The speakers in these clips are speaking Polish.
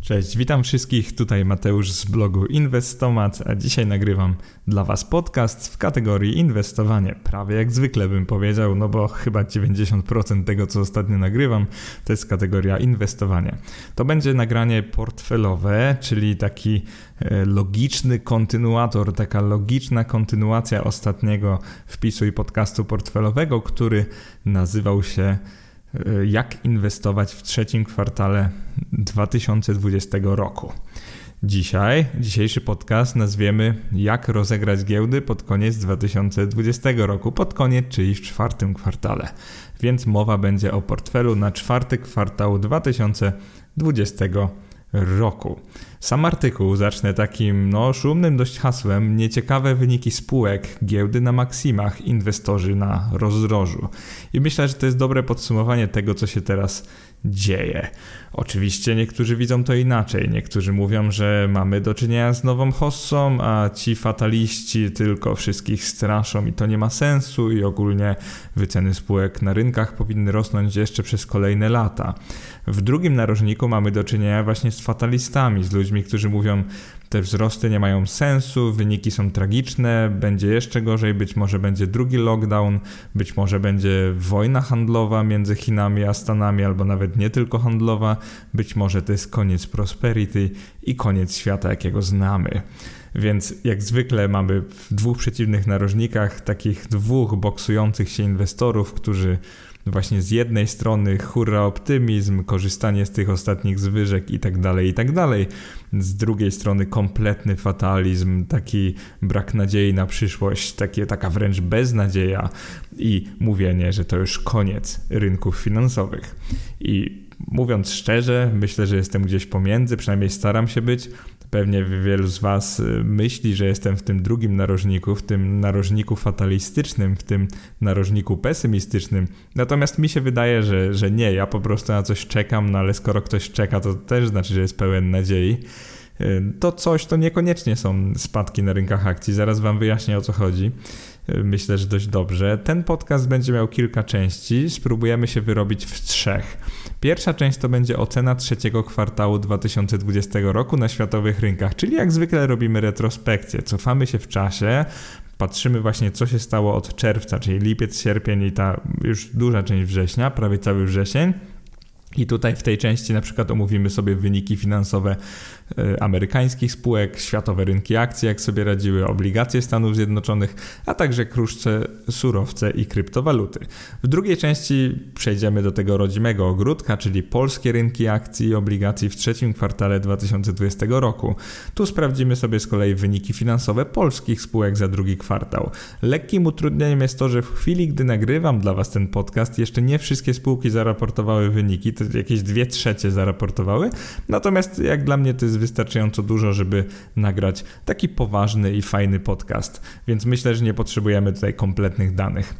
Cześć, witam wszystkich, tutaj Mateusz z blogu Inwestomat, a dzisiaj nagrywam dla Was podcast w kategorii inwestowanie. Prawie jak zwykle bym powiedział, no bo chyba 90% tego, co ostatnio nagrywam, to jest kategoria inwestowanie. To będzie nagranie portfelowe, czyli taki logiczny kontynuator, taka logiczna kontynuacja ostatniego wpisu i podcastu portfelowego, który nazywał się Jak inwestować w trzecim kwartale 2020 roku. Dzisiejszy podcast nazwiemy Jak rozegrać giełdy pod koniec 2020 roku, pod koniec, czyli w czwartym kwartale. Więc mowa będzie o portfelu na czwarty kwartał 2020 roku. Sam artykuł zacznę takim szumnym dość hasłem: nieciekawe wyniki spółek, giełdy na maksimach, inwestorzy na rozdrożu. I myślę, że to jest dobre podsumowanie tego, co się teraz dzieje. Oczywiście niektórzy widzą to inaczej. Niektórzy mówią, że mamy do czynienia z nową hossą, a ci fataliści tylko wszystkich straszą i to nie ma sensu i ogólnie wyceny spółek na rynkach powinny rosnąć jeszcze przez kolejne lata. W drugim narożniku mamy do czynienia właśnie z fatalistami, z ludźmi, którzy mówią, te wzrosty nie mają sensu, wyniki są tragiczne, będzie jeszcze gorzej, być może będzie drugi lockdown, być może będzie wojna handlowa między Chinami a Stanami, albo nawet nie tylko handlowa, być może to jest koniec prosperity i koniec świata, jakiego znamy. Więc jak zwykle mamy w dwóch przeciwnych narożnikach takich dwóch boksujących się inwestorów, którzy właśnie z jednej strony hurra optymizm, korzystanie z tych ostatnich zwyżek i tak dalej, z drugiej strony kompletny fatalizm, taki brak nadziei na przyszłość, taka wręcz beznadzieja i mówienie, że to już koniec rynków finansowych. I mówiąc szczerze, myślę, że jestem gdzieś pomiędzy, przynajmniej staram się być. Pewnie wielu z Was myśli, że jestem w tym drugim narożniku, w tym narożniku fatalistycznym, w tym narożniku pesymistycznym. Natomiast mi się wydaje, że nie, ja po prostu na coś czekam, ale skoro ktoś czeka, to też znaczy, że jest pełen nadziei. To coś to niekoniecznie są spadki na rynkach akcji. Zaraz Wam wyjaśnię, o co chodzi. Myślę, że dość dobrze. Ten podcast będzie miał kilka części. Spróbujemy się wyrobić w 3. Pierwsza część to będzie ocena trzeciego kwartału 2020 roku na światowych rynkach, czyli jak zwykle robimy retrospekcję. Cofamy się w czasie, patrzymy właśnie, co się stało od czerwca, czyli lipiec, sierpień i ta już duża część września, prawie cały wrzesień. I tutaj w tej części na przykład omówimy sobie wyniki finansowe amerykańskich spółek, światowe rynki akcji, jak sobie radziły, obligacje Stanów Zjednoczonych, a także kruszce, surowce i kryptowaluty. W drugiej części przejdziemy do tego rodzimego ogródka, czyli polskie rynki akcji i obligacji w trzecim kwartale 2020 roku. Tu sprawdzimy sobie z kolei wyniki finansowe polskich spółek za drugi kwartał. Lekkim utrudnieniem jest to, że w chwili, gdy nagrywam dla Was ten podcast, jeszcze nie wszystkie spółki zaraportowały wyniki, to jakieś 2/3 zaraportowały, natomiast jak dla mnie to jest wystarczająco dużo, żeby nagrać taki poważny i fajny podcast, więc myślę, że nie potrzebujemy tutaj kompletnych danych.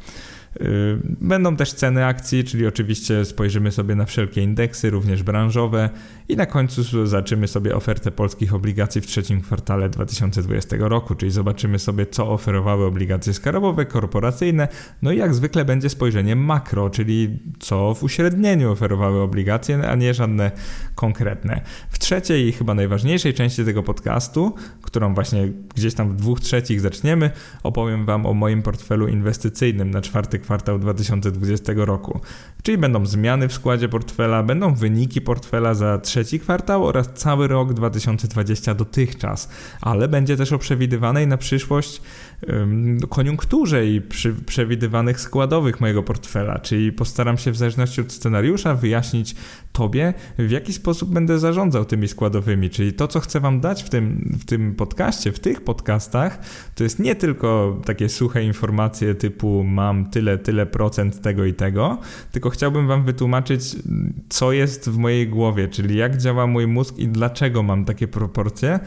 Będą też ceny akcji, czyli oczywiście spojrzymy sobie na wszelkie indeksy, również branżowe i na końcu zobaczymy sobie ofertę polskich obligacji w trzecim kwartale 2020 roku, czyli zobaczymy sobie, co oferowały obligacje skarbowe, korporacyjne, no i jak zwykle będzie spojrzenie makro, czyli co w uśrednieniu oferowały obligacje, a nie żadne konkretne. W trzeciej i chyba najważniejszej części tego podcastu, którą właśnie gdzieś tam w 2/3 zaczniemy, opowiem Wam o moim portfelu inwestycyjnym na czwarty kwartał 2020 roku. Czyli będą zmiany w składzie portfela, będą wyniki portfela za trzeci kwartał oraz cały rok 2020 dotychczas, ale będzie też o przewidywanej na przyszłość koniunkturze i przewidywanych składowych mojego portfela, czyli postaram się w zależności od scenariusza wyjaśnić Tobie, w jaki sposób będę zarządzał tymi składowymi, czyli to, co chcę Wam dać w tym podcaście, w tych podcastach, to jest nie tylko takie suche informacje typu mam tyle procent tego i tego, tylko chciałbym Wam wytłumaczyć, co jest w mojej głowie, czyli jak działa mój mózg i dlaczego mam takie proporcje,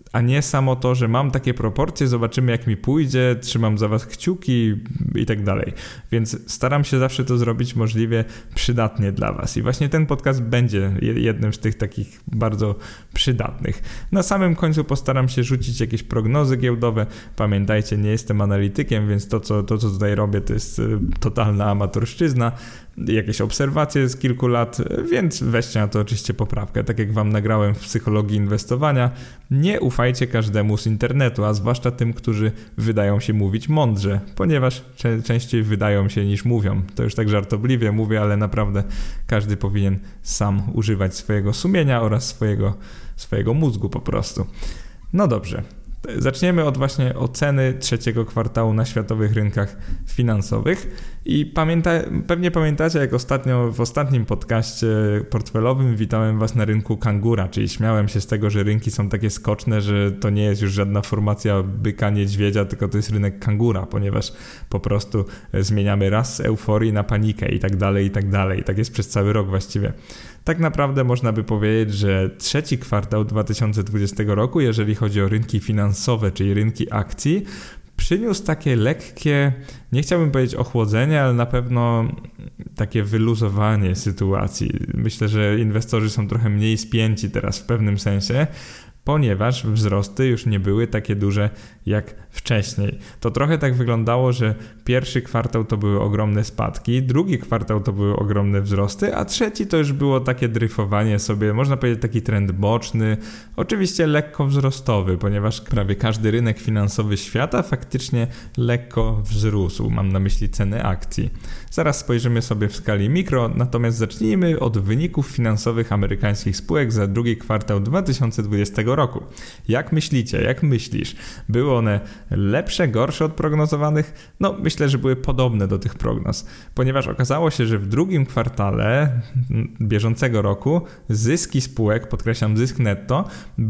a nie samo to, że mam takie proporcje, zobaczymy jak mi pójdzie, trzymam za was kciuki i tak dalej. Więc staram się zawsze to zrobić możliwie przydatnie dla was. I właśnie ten podcast będzie jednym z tych takich bardzo przydatnych. Na samym końcu postaram się rzucić jakieś prognozy giełdowe. Pamiętajcie, nie jestem analitykiem, więc to co tutaj robię, to jest totalna amatorszczyzna. Jakieś obserwacje z kilku lat, więc weźcie na to oczywiście poprawkę. Tak jak wam nagrałem w psychologii inwestowania, nie ufajcie każdemu z internetu, a zwłaszcza tym, którzy wydają się mówić mądrze, ponieważ częściej wydają się niż mówią. To już tak żartobliwie mówię, ale naprawdę każdy powinien sam używać swojego sumienia oraz swojego mózgu po prostu. No dobrze. Zaczniemy od właśnie oceny trzeciego kwartału na światowych rynkach finansowych i pewnie pamiętacie, jak w ostatnim podcaście portfelowym witałem was na rynku kangura, czyli śmiałem się z tego, że rynki są takie skoczne, że to nie jest już żadna formacja byka, niedźwiedzia, tylko to jest rynek kangura, ponieważ po prostu zmieniamy raz z euforii na panikę i tak dalej, i tak dalej. Tak jest przez cały rok właściwie. Tak naprawdę można by powiedzieć, że trzeci kwartał 2020 roku, jeżeli chodzi o rynki finansowe, czyli rynki akcji, przyniósł takie lekkie, nie chciałbym powiedzieć ochłodzenie, ale na pewno takie wyluzowanie sytuacji. Myślę, że inwestorzy są trochę mniej spięci teraz w pewnym sensie, ponieważ wzrosty już nie były takie duże jak wcześniej. To trochę tak wyglądało, że pierwszy kwartał to były ogromne spadki, drugi kwartał to były ogromne wzrosty, a trzeci to już było takie dryfowanie sobie, można powiedzieć taki trend boczny, oczywiście lekko wzrostowy, ponieważ prawie każdy rynek finansowy świata faktycznie lekko wzrósł, mam na myśli ceny akcji. Zaraz spojrzymy sobie w skali mikro, natomiast zacznijmy od wyników finansowych amerykańskich spółek za drugi kwartał 2020 roku. Jak myślicie, jak myślisz? Były one lepsze, gorsze od prognozowanych? No, myślę, że były podobne do tych prognoz, ponieważ okazało się, że w drugim kwartale bieżącego roku zyski spółek, podkreślam zysk netto,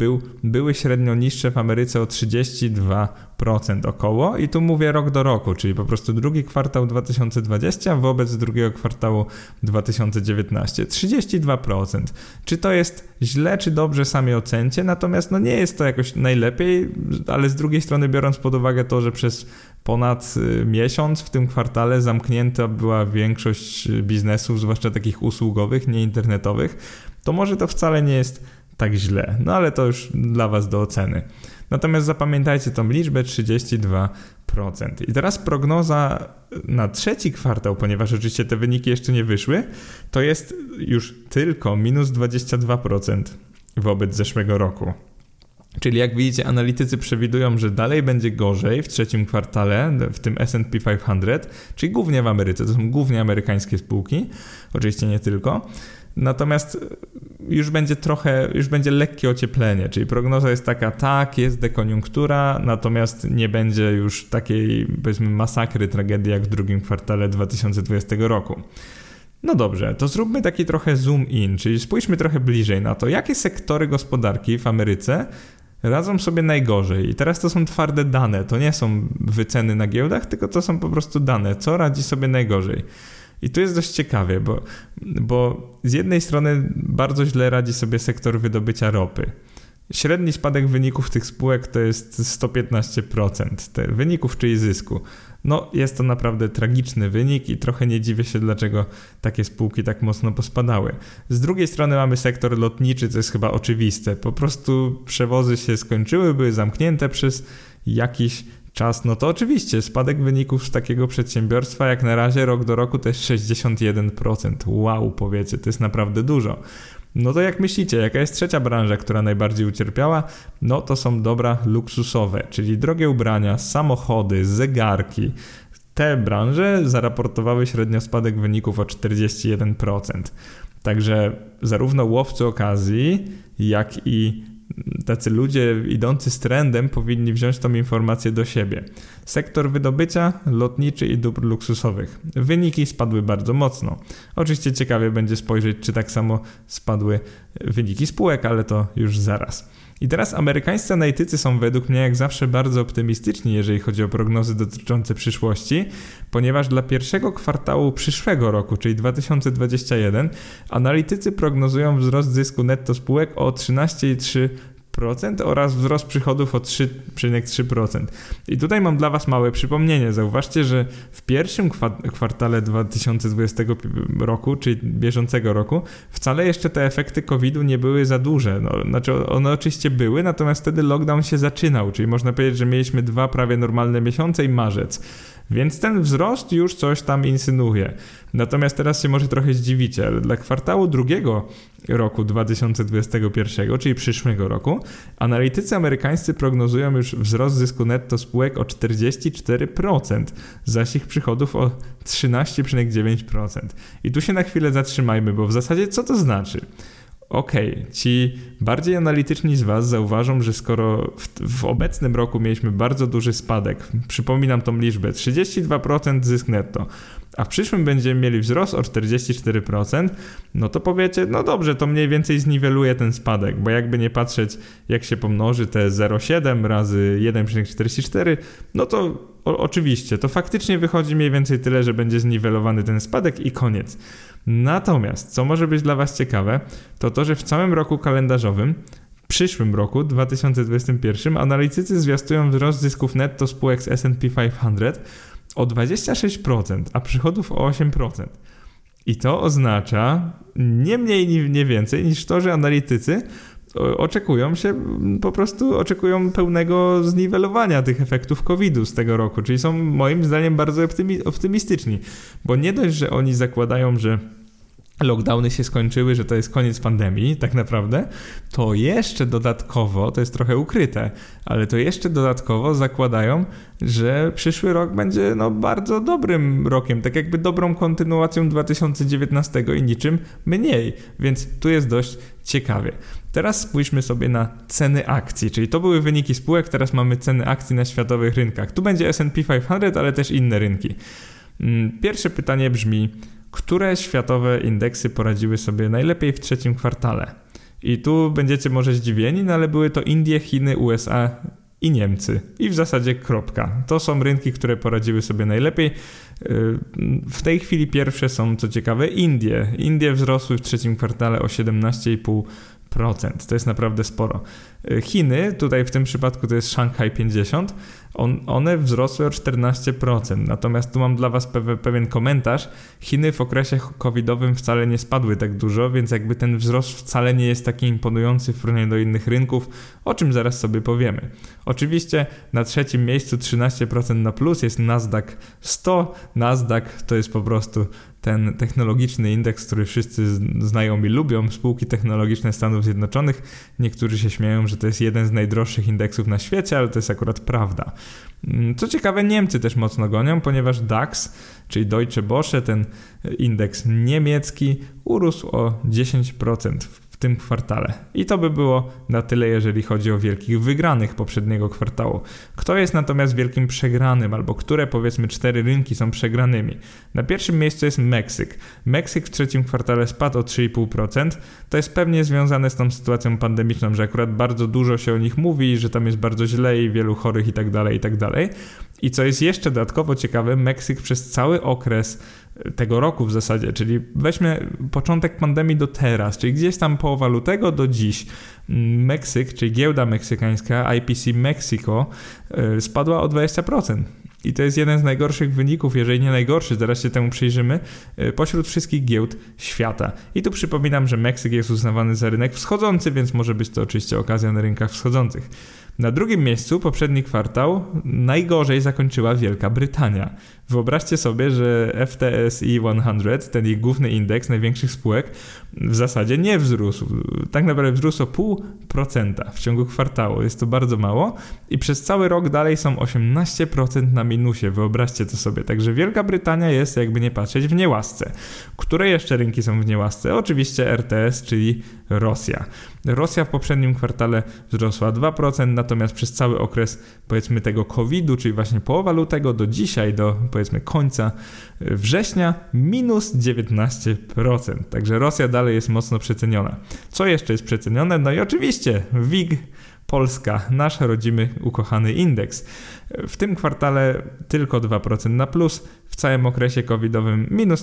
były średnio niższe w Ameryce o 32% około i tu mówię rok do roku, czyli po prostu drugi kwartał 2020 wobec drugiego kwartału 2019. 32%. Czy to jest źle, czy dobrze, sami ocencie, natomiast no nie jest to jakoś najlepiej, ale z drugiej strony biorąc pod uwagę to, że przez ponad miesiąc w tym kwartale zamknięta była większość biznesów, zwłaszcza takich usługowych, nie internetowych, to może to wcale nie jest tak źle, no ale to już dla was do oceny. Natomiast zapamiętajcie tą liczbę 32%. I teraz prognoza na trzeci kwartał, ponieważ oczywiście te wyniki jeszcze nie wyszły, to jest już tylko minus 22% wobec zeszłego roku. Czyli jak widzicie, analitycy przewidują, że dalej będzie gorzej w trzecim kwartale, w tym S&P 500, czyli głównie w Ameryce, to są głównie amerykańskie spółki, oczywiście nie tylko. Natomiast już będzie lekkie ocieplenie, czyli prognoza jest taka, tak, jest dekoniunktura, natomiast nie będzie już takiej, powiedzmy, masakry, tragedii jak w drugim kwartale 2020 roku. No dobrze, to zróbmy taki trochę zoom in, czyli spójrzmy trochę bliżej na to, jakie sektory gospodarki w Ameryce radzą sobie najgorzej. I teraz to są twarde dane, to nie są wyceny na giełdach, tylko to są po prostu dane, co radzi sobie najgorzej. I tu jest dość ciekawie, bo z jednej strony bardzo źle radzi sobie sektor wydobycia ropy. Średni spadek wyników tych spółek to jest 115% wyników, czyli zysku. No jest to naprawdę tragiczny wynik i trochę nie dziwię się, dlaczego takie spółki tak mocno pospadały. Z drugiej strony mamy sektor lotniczy, co jest chyba oczywiste. Po prostu przewozy się skończyły, były zamknięte przez jakiś czas. No to oczywiście spadek wyników z takiego przedsiębiorstwa jak na razie rok do roku to jest 61%. Wow, powiecie, to jest naprawdę dużo. No to jak myślicie, jaka jest trzecia branża, która najbardziej ucierpiała? No to są dobra luksusowe, czyli drogie ubrania, samochody, zegarki. Te branże zaraportowały średnio spadek wyników o 41%. Także zarówno łowcy okazji, jak i tacy ludzie idący z trendem powinni wziąć tą informację do siebie. Sektor wydobycia, lotniczy i dóbr luksusowych. Wyniki spadły bardzo mocno. Oczywiście ciekawie będzie spojrzeć, czy tak samo spadły wyniki spółek, ale to już zaraz. I teraz amerykańscy analitycy są według mnie jak zawsze bardzo optymistyczni, jeżeli chodzi o prognozy dotyczące przyszłości, ponieważ dla pierwszego kwartału przyszłego roku, czyli 2021, analitycy prognozują wzrost zysku netto spółek o 13,3%. oraz wzrost przychodów o 3,3%. I tutaj mam dla Was małe przypomnienie. Zauważcie, że w pierwszym kwartale 2020 roku, czyli bieżącego roku, wcale jeszcze te efekty COVID-u nie były za duże. Znaczy one oczywiście były, natomiast wtedy lockdown się zaczynał, czyli można powiedzieć, że mieliśmy 2 prawie normalne miesiące i marzec. Więc ten wzrost już coś tam insynuuje. Natomiast teraz się może trochę zdziwicie, ale dla kwartału drugiego roku 2021, czyli przyszłego roku, analitycy amerykańscy prognozują już wzrost zysku netto spółek o 44%, zaś ich przychodów o 13,9%. I tu się na chwilę zatrzymajmy, bo w zasadzie co to znaczy? Ci bardziej analityczni z Was zauważą, że skoro w obecnym roku mieliśmy bardzo duży spadek, przypominam tą liczbę, 32% zysk netto, a w przyszłym będziemy mieli wzrost o 44%, no to powiecie, no dobrze, to mniej więcej zniweluje ten spadek, bo jakby nie patrzeć, jak się pomnoży te 0,7 razy 1,44, no to oczywiście, to faktycznie wychodzi mniej więcej tyle, że będzie zniwelowany ten spadek i koniec. Natomiast, co może być dla Was ciekawe, to to, że w całym roku kalendarzowym, w przyszłym roku, 2021, analitycy zwiastują wzrost zysków netto spółek z S&P 500 o 26%, a przychodów o 8%. I to oznacza nie mniej, nie więcej niż to, że analitycy oczekują pełnego zniwelowania tych efektów COVID-u z tego roku, czyli są moim zdaniem bardzo optymistyczni, bo nie dość, że oni zakładają, że lockdowny się skończyły, że to jest koniec pandemii tak naprawdę, to jeszcze dodatkowo, to jest trochę ukryte, ale to jeszcze dodatkowo zakładają, że przyszły rok będzie bardzo dobrym rokiem, tak jakby dobrą kontynuacją 2019 i niczym mniej, więc tu jest dość ciekawie. Teraz spójrzmy sobie na ceny akcji, czyli to były wyniki spółek, teraz mamy ceny akcji na światowych rynkach. Tu będzie S&P 500, ale też inne rynki. Pierwsze pytanie brzmi, które światowe indeksy poradziły sobie najlepiej w trzecim kwartale? I tu będziecie może zdziwieni, ale były to Indie, Chiny, USA i Niemcy. I w zasadzie kropka. To są rynki, które poradziły sobie najlepiej. W tej chwili pierwsze są, co ciekawe, Indie. Indie wzrosły w trzecim kwartale o 17,5%. To jest naprawdę sporo. Chiny, tutaj w tym przypadku to jest Shanghai 50, one wzrosły o 14%. Natomiast tu mam dla Was pewien komentarz. Chiny w okresie covidowym wcale nie spadły tak dużo, więc jakby ten wzrost wcale nie jest taki imponujący w porównaniu do innych rynków, o czym zaraz sobie powiemy. Oczywiście na trzecim miejscu 13% na plus jest Nasdaq 100. Nasdaq to jest po prostu ten technologiczny indeks, który wszyscy znają i lubią, spółki technologiczne Stanów Zjednoczonych. Niektórzy się śmieją, że to jest jeden z najdroższych indeksów na świecie, ale to jest akurat prawda. Co ciekawe, Niemcy też mocno gonią, ponieważ DAX, czyli Deutsche Börse, ten indeks niemiecki, urósł o 10% w tym kwartale. I to by było na tyle, jeżeli chodzi o wielkich wygranych poprzedniego kwartału. Kto jest natomiast wielkim przegranym, albo które powiedzmy 4 rynki są przegranymi? Na pierwszym miejscu jest Meksyk. Meksyk w trzecim kwartale spadł o 3,5%. To jest pewnie związane z tą sytuacją pandemiczną, że akurat bardzo dużo się o nich mówi, że tam jest bardzo źle i wielu chorych i tak dalej. I co jest jeszcze dodatkowo ciekawe, Meksyk przez cały okres tego roku w zasadzie, czyli weźmy początek pandemii do teraz, czyli gdzieś tam połowa lutego do dziś, Meksyk, czyli giełda meksykańska IPC Mexico spadła o 20%. I to jest jeden z najgorszych wyników, jeżeli nie najgorszy, zaraz się temu przyjrzymy, pośród wszystkich giełd świata. I tu przypominam, że Meksyk jest uznawany za rynek wschodzący, więc może być to oczywiście okazja na rynkach wschodzących. Na drugim miejscu poprzedni kwartał najgorzej zakończyła Wielka Brytania. Wyobraźcie sobie, że FTSE 100, ten ich główny indeks największych spółek, w zasadzie nie wzrósł. Tak naprawdę wzrósł o 0,5% w ciągu kwartału. Jest to bardzo mało i przez cały rok dalej są 18% na minusie. Wyobraźcie to sobie. Także Wielka Brytania jest, jakby nie patrzeć, w niełasce. Które jeszcze rynki są w niełasce? Oczywiście RTS, czyli Rosja. Rosja w poprzednim kwartale wzrosła 2%, natomiast przez cały okres, powiedzmy, tego COVID-u, czyli właśnie połowa lutego do dzisiaj, do powiedzmy końca września, minus 19%. Także Rosja dalej jest mocno przeceniona. Co jeszcze jest przecenione? No i oczywiście WIG Polska, nasz rodzimy, ukochany indeks. W tym kwartale tylko 2% na plus, w całym okresie covidowym minus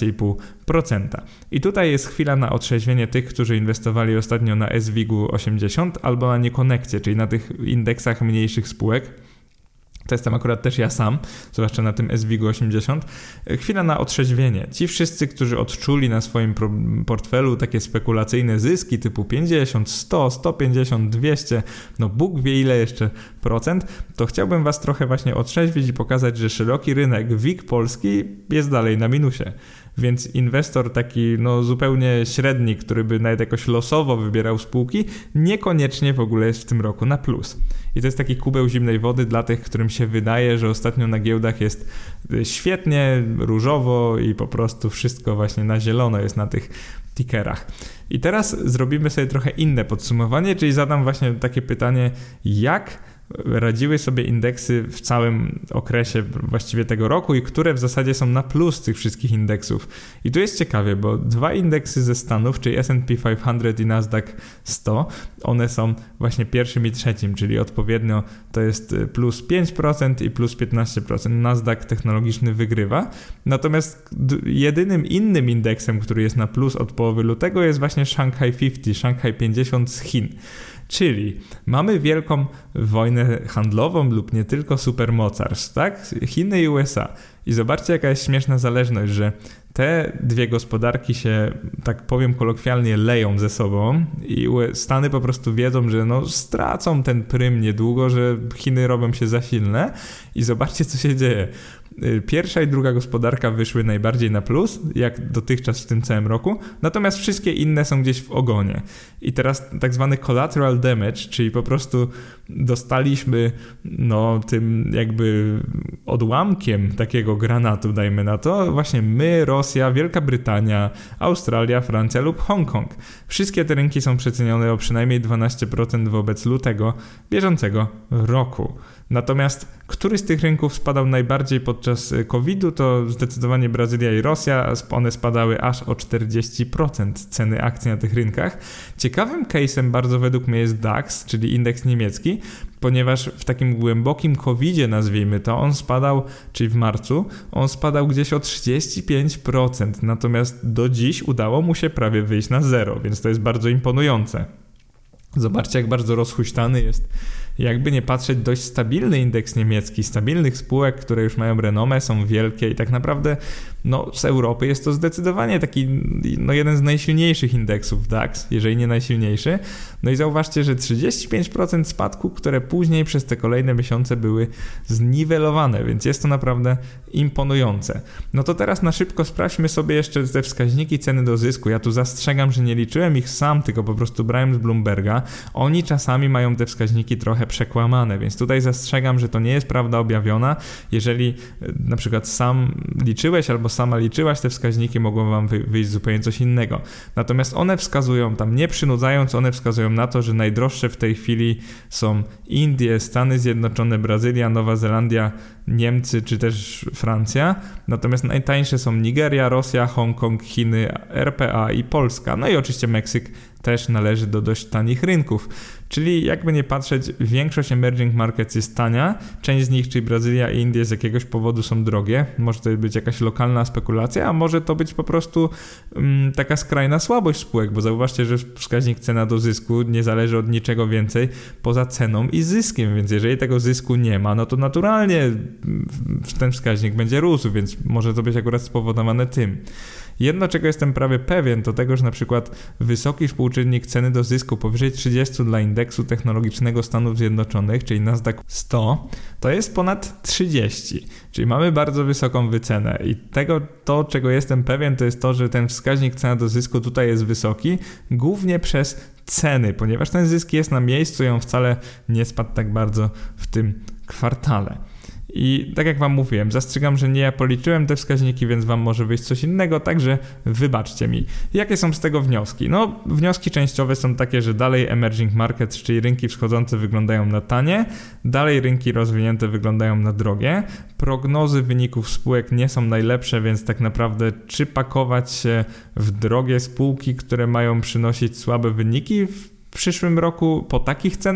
13,5%. I tutaj jest chwila na otrzeźwienie tych, którzy inwestowali ostatnio na SWIG-u 80 albo na Niekonekcie, czyli na tych indeksach mniejszych spółek. To jestem akurat też ja sam, zwłaszcza na tym SWIG-u 80. Chwila na otrzeźwienie. Ci wszyscy, którzy odczuli na swoim portfelu takie spekulacyjne zyski typu 50, 100, 150, 200, no Bóg wie ile jeszcze procent, to chciałbym was trochę właśnie otrzeźwić i pokazać, że szeroki rynek WIG polski jest dalej na minusie. Więc inwestor taki zupełnie średni, który by nawet jakoś losowo wybierał spółki, niekoniecznie w ogóle jest w tym roku na plus. I to jest taki kubeł zimnej wody dla tych, którym się wydaje, że ostatnio na giełdach jest świetnie, różowo i po prostu wszystko właśnie na zielono jest na tych tickerach. I teraz zrobimy sobie trochę inne podsumowanie, czyli zadam właśnie takie pytanie, jak radziły sobie indeksy w całym okresie właściwie tego roku i które w zasadzie są na plus tych wszystkich indeksów. I tu jest ciekawie, bo dwa indeksy ze Stanów, czyli S&P 500 i Nasdaq 100, one są właśnie pierwszym i trzecim, czyli odpowiednio to jest plus 5% i plus 15%. Nasdaq technologiczny wygrywa. Natomiast jedynym innym indeksem, który jest na plus od połowy lutego jest właśnie Shanghai 50, Shanghai 50 z Chin. Czyli mamy wielką wojnę handlową lub nie tylko supermocarstw, tak? Chiny i USA. I zobaczcie, jaka jest śmieszna zależność, że te dwie gospodarki się, tak powiem kolokwialnie, leją ze sobą i Stany po prostu wiedzą, że stracą ten prym niedługo, że Chiny robią się za silne i zobaczcie, co się dzieje. Pierwsza i druga gospodarka wyszły najbardziej na plus, jak dotychczas w tym całym roku, natomiast wszystkie inne są gdzieś w ogonie. I teraz tak zwany collateral damage, czyli po prostu dostaliśmy tym jakby odłamkiem takiego granatu, dajmy na to, właśnie my, Rosja, Wielka Brytania, Australia, Francja lub Hongkong. Wszystkie te rynki są przecenione o przynajmniej 12% wobec lutego bieżącego roku. Natomiast który z tych rynków spadał najbardziej podczas COVID-u, to zdecydowanie Brazylia i Rosja. One spadały aż o 40% ceny akcji na tych rynkach. Ciekawym case'em bardzo według mnie jest DAX, czyli indeks niemiecki, ponieważ w takim głębokim COVID-zie, nazwijmy to, on spadał, czyli w marcu, on spadał gdzieś o 35%, natomiast do dziś udało mu się prawie wyjść na zero, więc to jest bardzo imponujące. Zobaczcie, jak bardzo rozhuśtany jest, jakby nie patrzeć, dość stabilny indeks niemiecki, stabilnych spółek, które już mają renomę, są wielkie i tak naprawdę z Europy jest to zdecydowanie taki jeden z najsilniejszych indeksów DAX, jeżeli nie najsilniejszy. No i zauważcie, że 35% spadku, które później przez te kolejne miesiące były zniwelowane, więc jest to naprawdę imponujące. No to teraz na szybko sprawdźmy sobie jeszcze te wskaźniki ceny do zysku. Ja tu zastrzegam, że nie liczyłem ich sam, tylko po prostu brałem z Bloomberga. Oni czasami mają te wskaźniki trochę przekłamane, więc tutaj zastrzegam, że to nie jest prawda objawiona. Jeżeli na przykład sam liczyłeś albo sama liczyłaś te wskaźniki, mogą wam wyjść zupełnie coś innego. Natomiast one wskazują, tam nie przynudzając, one wskazują na to, że najdroższe w tej chwili są Indie, Stany Zjednoczone, Brazylia, Nowa Zelandia, Niemcy czy też Francja. Natomiast najtańsze są Nigeria, Rosja, Hongkong, Chiny, RPA i Polska. No i oczywiście Meksyk też należy do dość tanich rynków. Czyli jakby nie patrzeć, większość emerging markets jest tania, część z nich, czyli Brazylia i Indie, z jakiegoś powodu są drogie. Może to być jakaś lokalna spekulacja, a może to być po prostu taka skrajna słabość spółek, bo zauważcie, że wskaźnik cena do zysku nie zależy od niczego więcej poza ceną i zyskiem, więc jeżeli tego zysku nie ma, no to naturalnie ten wskaźnik będzie rósł, więc może to być akurat spowodowane tym. Jedno, czego jestem prawie pewien, to tego, że na przykład wysoki współczynnik ceny do zysku powyżej 30 dla indeksu technologicznego Stanów Zjednoczonych, czyli Nasdaq 100, to jest ponad 30, czyli mamy bardzo wysoką wycenę i to, czego jestem pewien, to jest to, że ten wskaźnik cena do zysku tutaj jest wysoki, głównie przez ceny, ponieważ ten zysk jest na miejscu i on wcale nie spadł tak bardzo w tym kwartale. I tak jak wam mówiłem, zastrzegam, że nie ja policzyłem te wskaźniki, więc wam może wyjść coś innego, także wybaczcie mi. Jakie są z tego wnioski? No, wnioski częściowe są takie, że dalej emerging markets, czyli rynki wschodzące wyglądają na tanie, dalej rynki rozwinięte wyglądają na drogie, prognozy wyników spółek nie są najlepsze, więc tak naprawdę czy pakować się w drogie spółki, które mają przynosić słabe wyniki w przyszłym roku po takich cenach?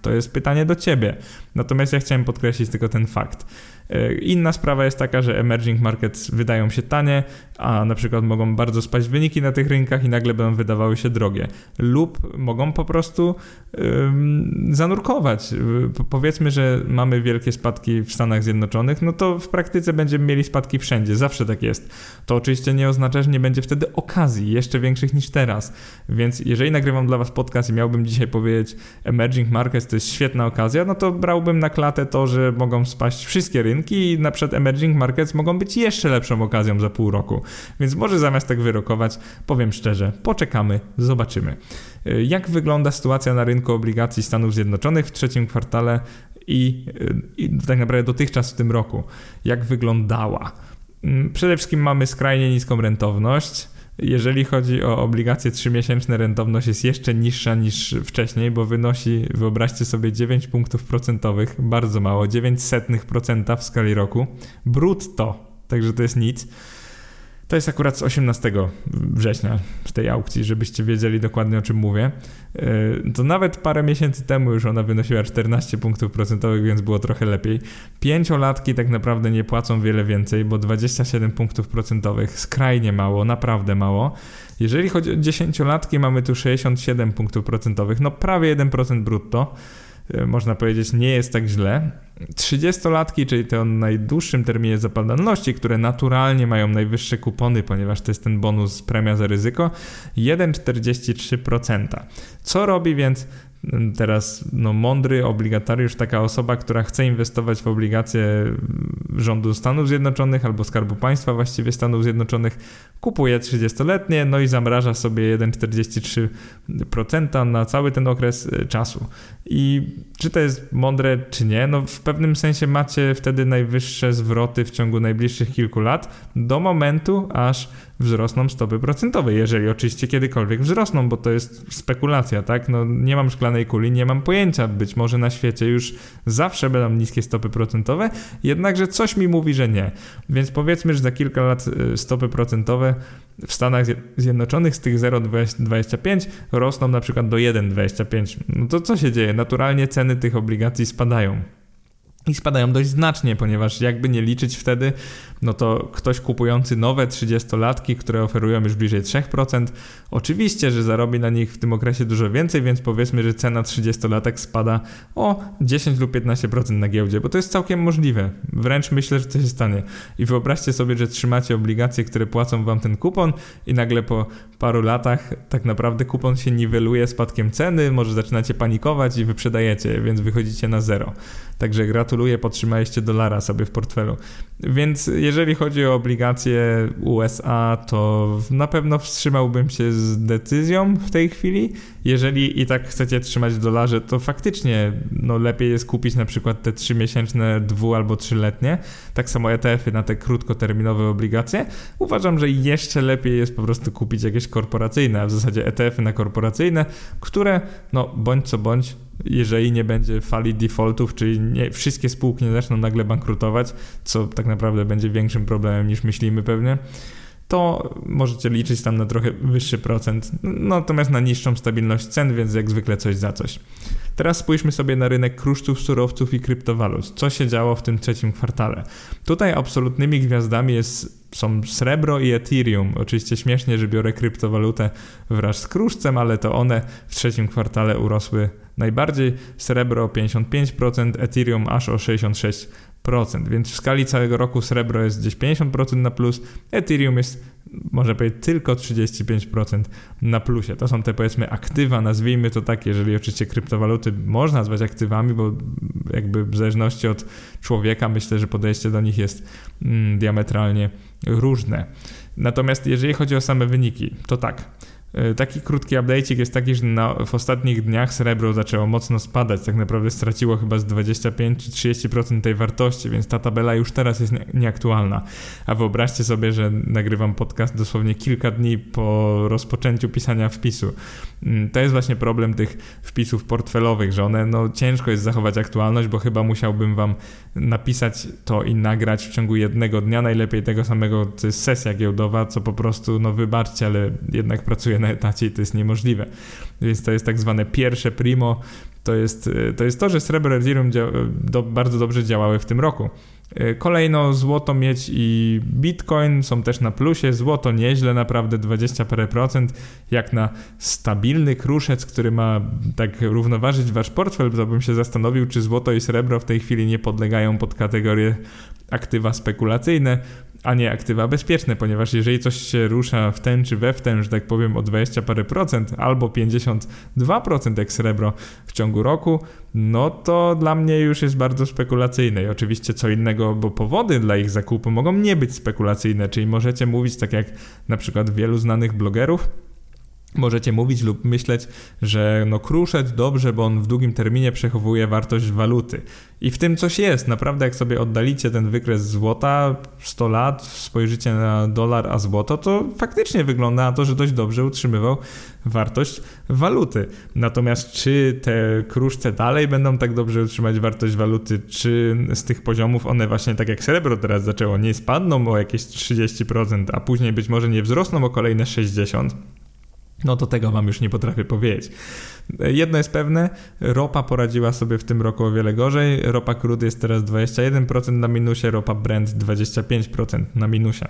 To jest pytanie do ciebie. Natomiast ja chciałem podkreślić tylko ten fakt. Inna sprawa jest taka, że emerging markets wydają się tanie, a na przykład mogą bardzo spaść wyniki na tych rynkach i nagle będą wydawały się drogie. Lub mogą po prostu zanurkować. Powiedzmy, że mamy wielkie spadki w Stanach Zjednoczonych, no to w praktyce będziemy mieli spadki wszędzie. Zawsze tak jest. To oczywiście nie oznacza, że nie będzie wtedy okazji jeszcze większych niż teraz. Więc jeżeli nagrywam dla was podcast i miałbym dzisiaj powiedzieć emerging markets to jest świetna okazja, no to brałbym na klatę to, że mogą spaść wszystkie rynki i na przykład emerging markets mogą być jeszcze lepszą okazją za pół roku. Więc może zamiast tak wyrokować, powiem szczerze, poczekamy, zobaczymy. Jak wygląda sytuacja na rynku obligacji Stanów Zjednoczonych w trzecim kwartale i tak naprawdę dotychczas w tym roku? Jak wyglądała? Przede wszystkim mamy skrajnie niską rentowność. Jeżeli chodzi o obligacje 3-miesięczne, rentowność jest jeszcze niższa niż wcześniej, bo wynosi, wyobraźcie sobie, 9 punktów procentowych, bardzo mało, 0,09% w skali roku, brutto, także to jest nic. To jest akurat z 18 września z tej aukcji, żebyście wiedzieli dokładnie, o czym mówię. To nawet parę miesięcy temu już ona wynosiła 14 punktów procentowych, więc było trochę lepiej. 5-latki tak naprawdę nie płacą wiele więcej, bo 27 punktów procentowych, skrajnie mało, naprawdę mało. Jeżeli chodzi o 10-latki, mamy tu 67 punktów procentowych, no prawie 1% brutto. Można powiedzieć, nie jest tak źle. 30-latki, czyli te o najdłuższym terminie zapadalności, które naturalnie mają najwyższe kupony, ponieważ to jest ten bonus premia za ryzyko, 1,43%. Co robi więc teraz mądry obligatariusz, taka osoba, która chce inwestować w obligacje rządu Stanów Zjednoczonych albo Skarbu Państwa właściwie Stanów Zjednoczonych, kupuje 30-letnie, no i zamraża sobie 1,43% na cały ten okres czasu. I czy to jest mądre, czy nie? No w pewnym sensie macie wtedy najwyższe zwroty w ciągu najbliższych kilku lat do momentu, aż wzrosną stopy procentowe, jeżeli oczywiście kiedykolwiek wzrosną, bo to jest spekulacja, tak? No nie mam szklanej kuli, nie mam pojęcia, być może na świecie już zawsze będą niskie stopy procentowe, jednakże coś mi mówi, że nie. Więc powiedzmy, że za kilka lat stopy procentowe w Stanach Zjednoczonych z tych 0,25 rosną na przykład do 1,25. No to co się dzieje? Naturalnie ceny tych obligacji spadają. I spadają dość znacznie, ponieważ jakby nie liczyć wtedy, no to ktoś kupujący nowe 30-latki, które oferują już bliżej 3%, oczywiście, że zarobi na nich w tym okresie dużo więcej, więc powiedzmy, że cena 30-latek spada o 10 lub 15% na giełdzie, bo to jest całkiem możliwe. Wręcz myślę, że to się stanie. I wyobraźcie sobie, że trzymacie obligacje, które płacą wam ten kupon i nagle po paru latach tak naprawdę kupon się niweluje spadkiem ceny, może zaczynacie panikować i wyprzedajecie, więc wychodzicie na zero. Także gratuluję, podtrzymaliście dolara sobie w portfelu. Więc jeżeli chodzi o obligacje USA, to na pewno wstrzymałbym się z decyzją w tej chwili. Jeżeli i tak chcecie trzymać w dolarze, to faktycznie lepiej jest kupić na przykład te 3-miesięczne, 2- albo 3-letnie. Tak samo ETF-y na te krótkoterminowe obligacje. Uważam, że jeszcze lepiej jest po prostu kupić jakieś korporacyjne, a w zasadzie ETF-y na korporacyjne, które bądź co bądź, jeżeli nie będzie fali defaultów, czyli wszystkie spółki nie zaczną nagle bankrutować, co tak naprawdę będzie większym problemem niż myślimy pewnie, to możecie liczyć tam na trochę wyższy procent, natomiast na niższą stabilność cen, więc jak zwykle coś za coś. Teraz spójrzmy sobie na rynek kruszców, surowców i kryptowalut. Co się działo w tym trzecim kwartale? Tutaj absolutnymi gwiazdami są srebro i Ethereum. Oczywiście śmiesznie, że biorę kryptowalutę wraz z kruszcem, ale to one w trzecim kwartale urosły najbardziej. Srebro o 55%, Ethereum aż o 66%. Więc w skali całego roku srebro jest gdzieś 50% na plus, Ethereum jest, można powiedzieć, tylko 35% na plusie. To są te, powiedzmy, aktywa, nazwijmy to tak, jeżeli oczywiście kryptowaluty można nazwać aktywami, bo jakby w zależności od człowieka myślę, że podejście do nich jest diametralnie różne. Natomiast jeżeli chodzi o same wyniki, to tak. Taki krótki update'ik jest taki, że w ostatnich dniach srebro zaczęło mocno spadać, tak naprawdę straciło chyba z 25 czy 30% tej wartości, więc ta tabela już teraz jest nieaktualna. A wyobraźcie sobie, że nagrywam podcast dosłownie kilka dni po rozpoczęciu pisania wpisu. To jest właśnie problem tych wpisów portfelowych, że one ciężko jest zachować aktualność, bo chyba musiałbym wam napisać to i nagrać w ciągu jednego dnia, najlepiej tego samego, to jest sesja giełdowa, co po prostu, wybaczcie, ale jednak pracuję na etacie i to jest niemożliwe. Więc to jest tak zwane pierwsze primo, to jest to, że srebro, Ethereum bardzo dobrze działały w tym roku. Kolejno złoto, miedź i bitcoin są też na plusie. Złoto nieźle, naprawdę 20 parę procent. Jak na stabilny kruszec, który ma tak równoważyć wasz portfel, to bym się zastanowił, czy złoto i srebro w tej chwili nie podlegają pod kategorię aktywa spekulacyjne, a nie aktywa bezpieczne, ponieważ jeżeli coś się rusza w ten czy we w ten, że tak powiem, o 20 parę procent albo 52% jak srebro w ciągu roku, no to dla mnie już jest bardzo spekulacyjne i oczywiście co innego, bo powody dla ich zakupu mogą nie być spekulacyjne, czyli możecie mówić tak jak na przykład wielu znanych blogerów, możecie mówić lub myśleć, że kruszec dobrze, bo on w długim terminie przechowuje wartość waluty. I w tym coś jest. Naprawdę jak sobie oddalicie ten wykres złota 100 lat, spojrzycie na dolar a złoto, to faktycznie wygląda na to, że dość dobrze utrzymywał wartość waluty. Natomiast czy te kruszce dalej będą tak dobrze utrzymać wartość waluty, czy z tych poziomów one właśnie tak jak srebro teraz zaczęło, nie spadną o jakieś 30%, a później być może nie wzrosną o kolejne 60%, no to tego wam już nie potrafię powiedzieć. Jedno jest pewne, ropa poradziła sobie w tym roku o wiele gorzej. Ropa crude jest teraz 21% na minusie, ropa Brent 25% na minusie.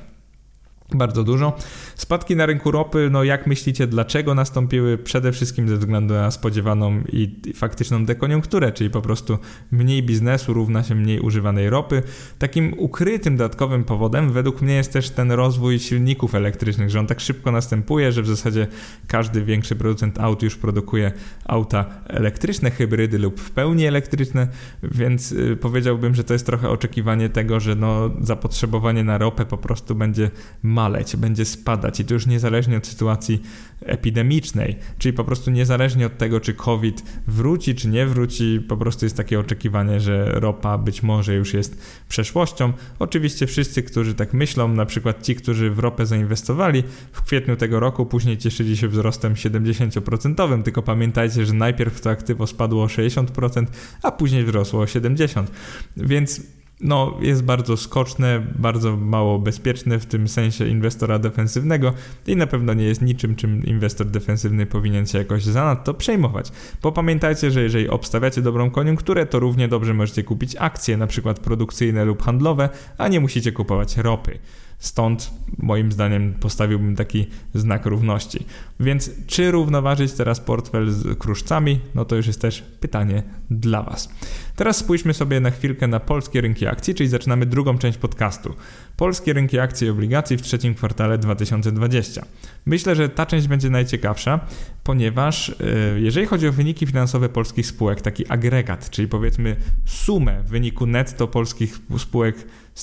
Bardzo dużo. Spadki na rynku ropy, jak myślicie, dlaczego nastąpiły? Przede wszystkim ze względu na spodziewaną i faktyczną dekoniunkturę, czyli po prostu mniej biznesu równa się mniej używanej ropy. Takim ukrytym dodatkowym powodem według mnie jest też ten rozwój silników elektrycznych, że on tak szybko następuje, że w zasadzie każdy większy producent aut już produkuje auta elektryczne, hybrydy lub w pełni elektryczne, więc powiedziałbym, że to jest trochę oczekiwanie tego, że zapotrzebowanie na ropę po prostu będzie maleć, będzie spadać i to już niezależnie od sytuacji epidemicznej, czyli po prostu niezależnie od tego, czy COVID wróci, czy nie wróci, po prostu jest takie oczekiwanie, że ropa być może już jest przeszłością. Oczywiście wszyscy, którzy tak myślą, na przykład ci, którzy w ropę zainwestowali w kwietniu tego roku, później cieszyli się wzrostem 70%, tylko pamiętajcie, że najpierw to aktywo spadło o 60%, a później wzrosło o 70%, więc jest bardzo skoczne, bardzo mało bezpieczne w tym sensie inwestora defensywnego i na pewno nie jest niczym, czym inwestor defensywny powinien się jakoś zanadto przejmować. Bo pamiętajcie, że jeżeli obstawiacie dobrą koniunkturę, to równie dobrze możecie kupić akcje, na przykład produkcyjne lub handlowe, a nie musicie kupować ropy. Stąd moim zdaniem postawiłbym taki znak równości. Więc czy równoważyć teraz portfel z kruszcami? To już jest też pytanie dla Was. Teraz spójrzmy sobie na chwilkę na polskie rynki akcji, czyli zaczynamy drugą część podcastu. Polskie rynki akcji i obligacji w trzecim kwartale 2020. Myślę, że ta część będzie najciekawsza, ponieważ jeżeli chodzi o wyniki finansowe polskich spółek, taki agregat, czyli powiedzmy sumę wyniku netto polskich spółek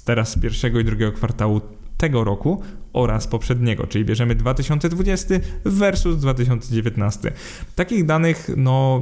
z pierwszego i drugiego kwartału tego roku oraz poprzedniego, czyli bierzemy 2020 versus 2019. Takich danych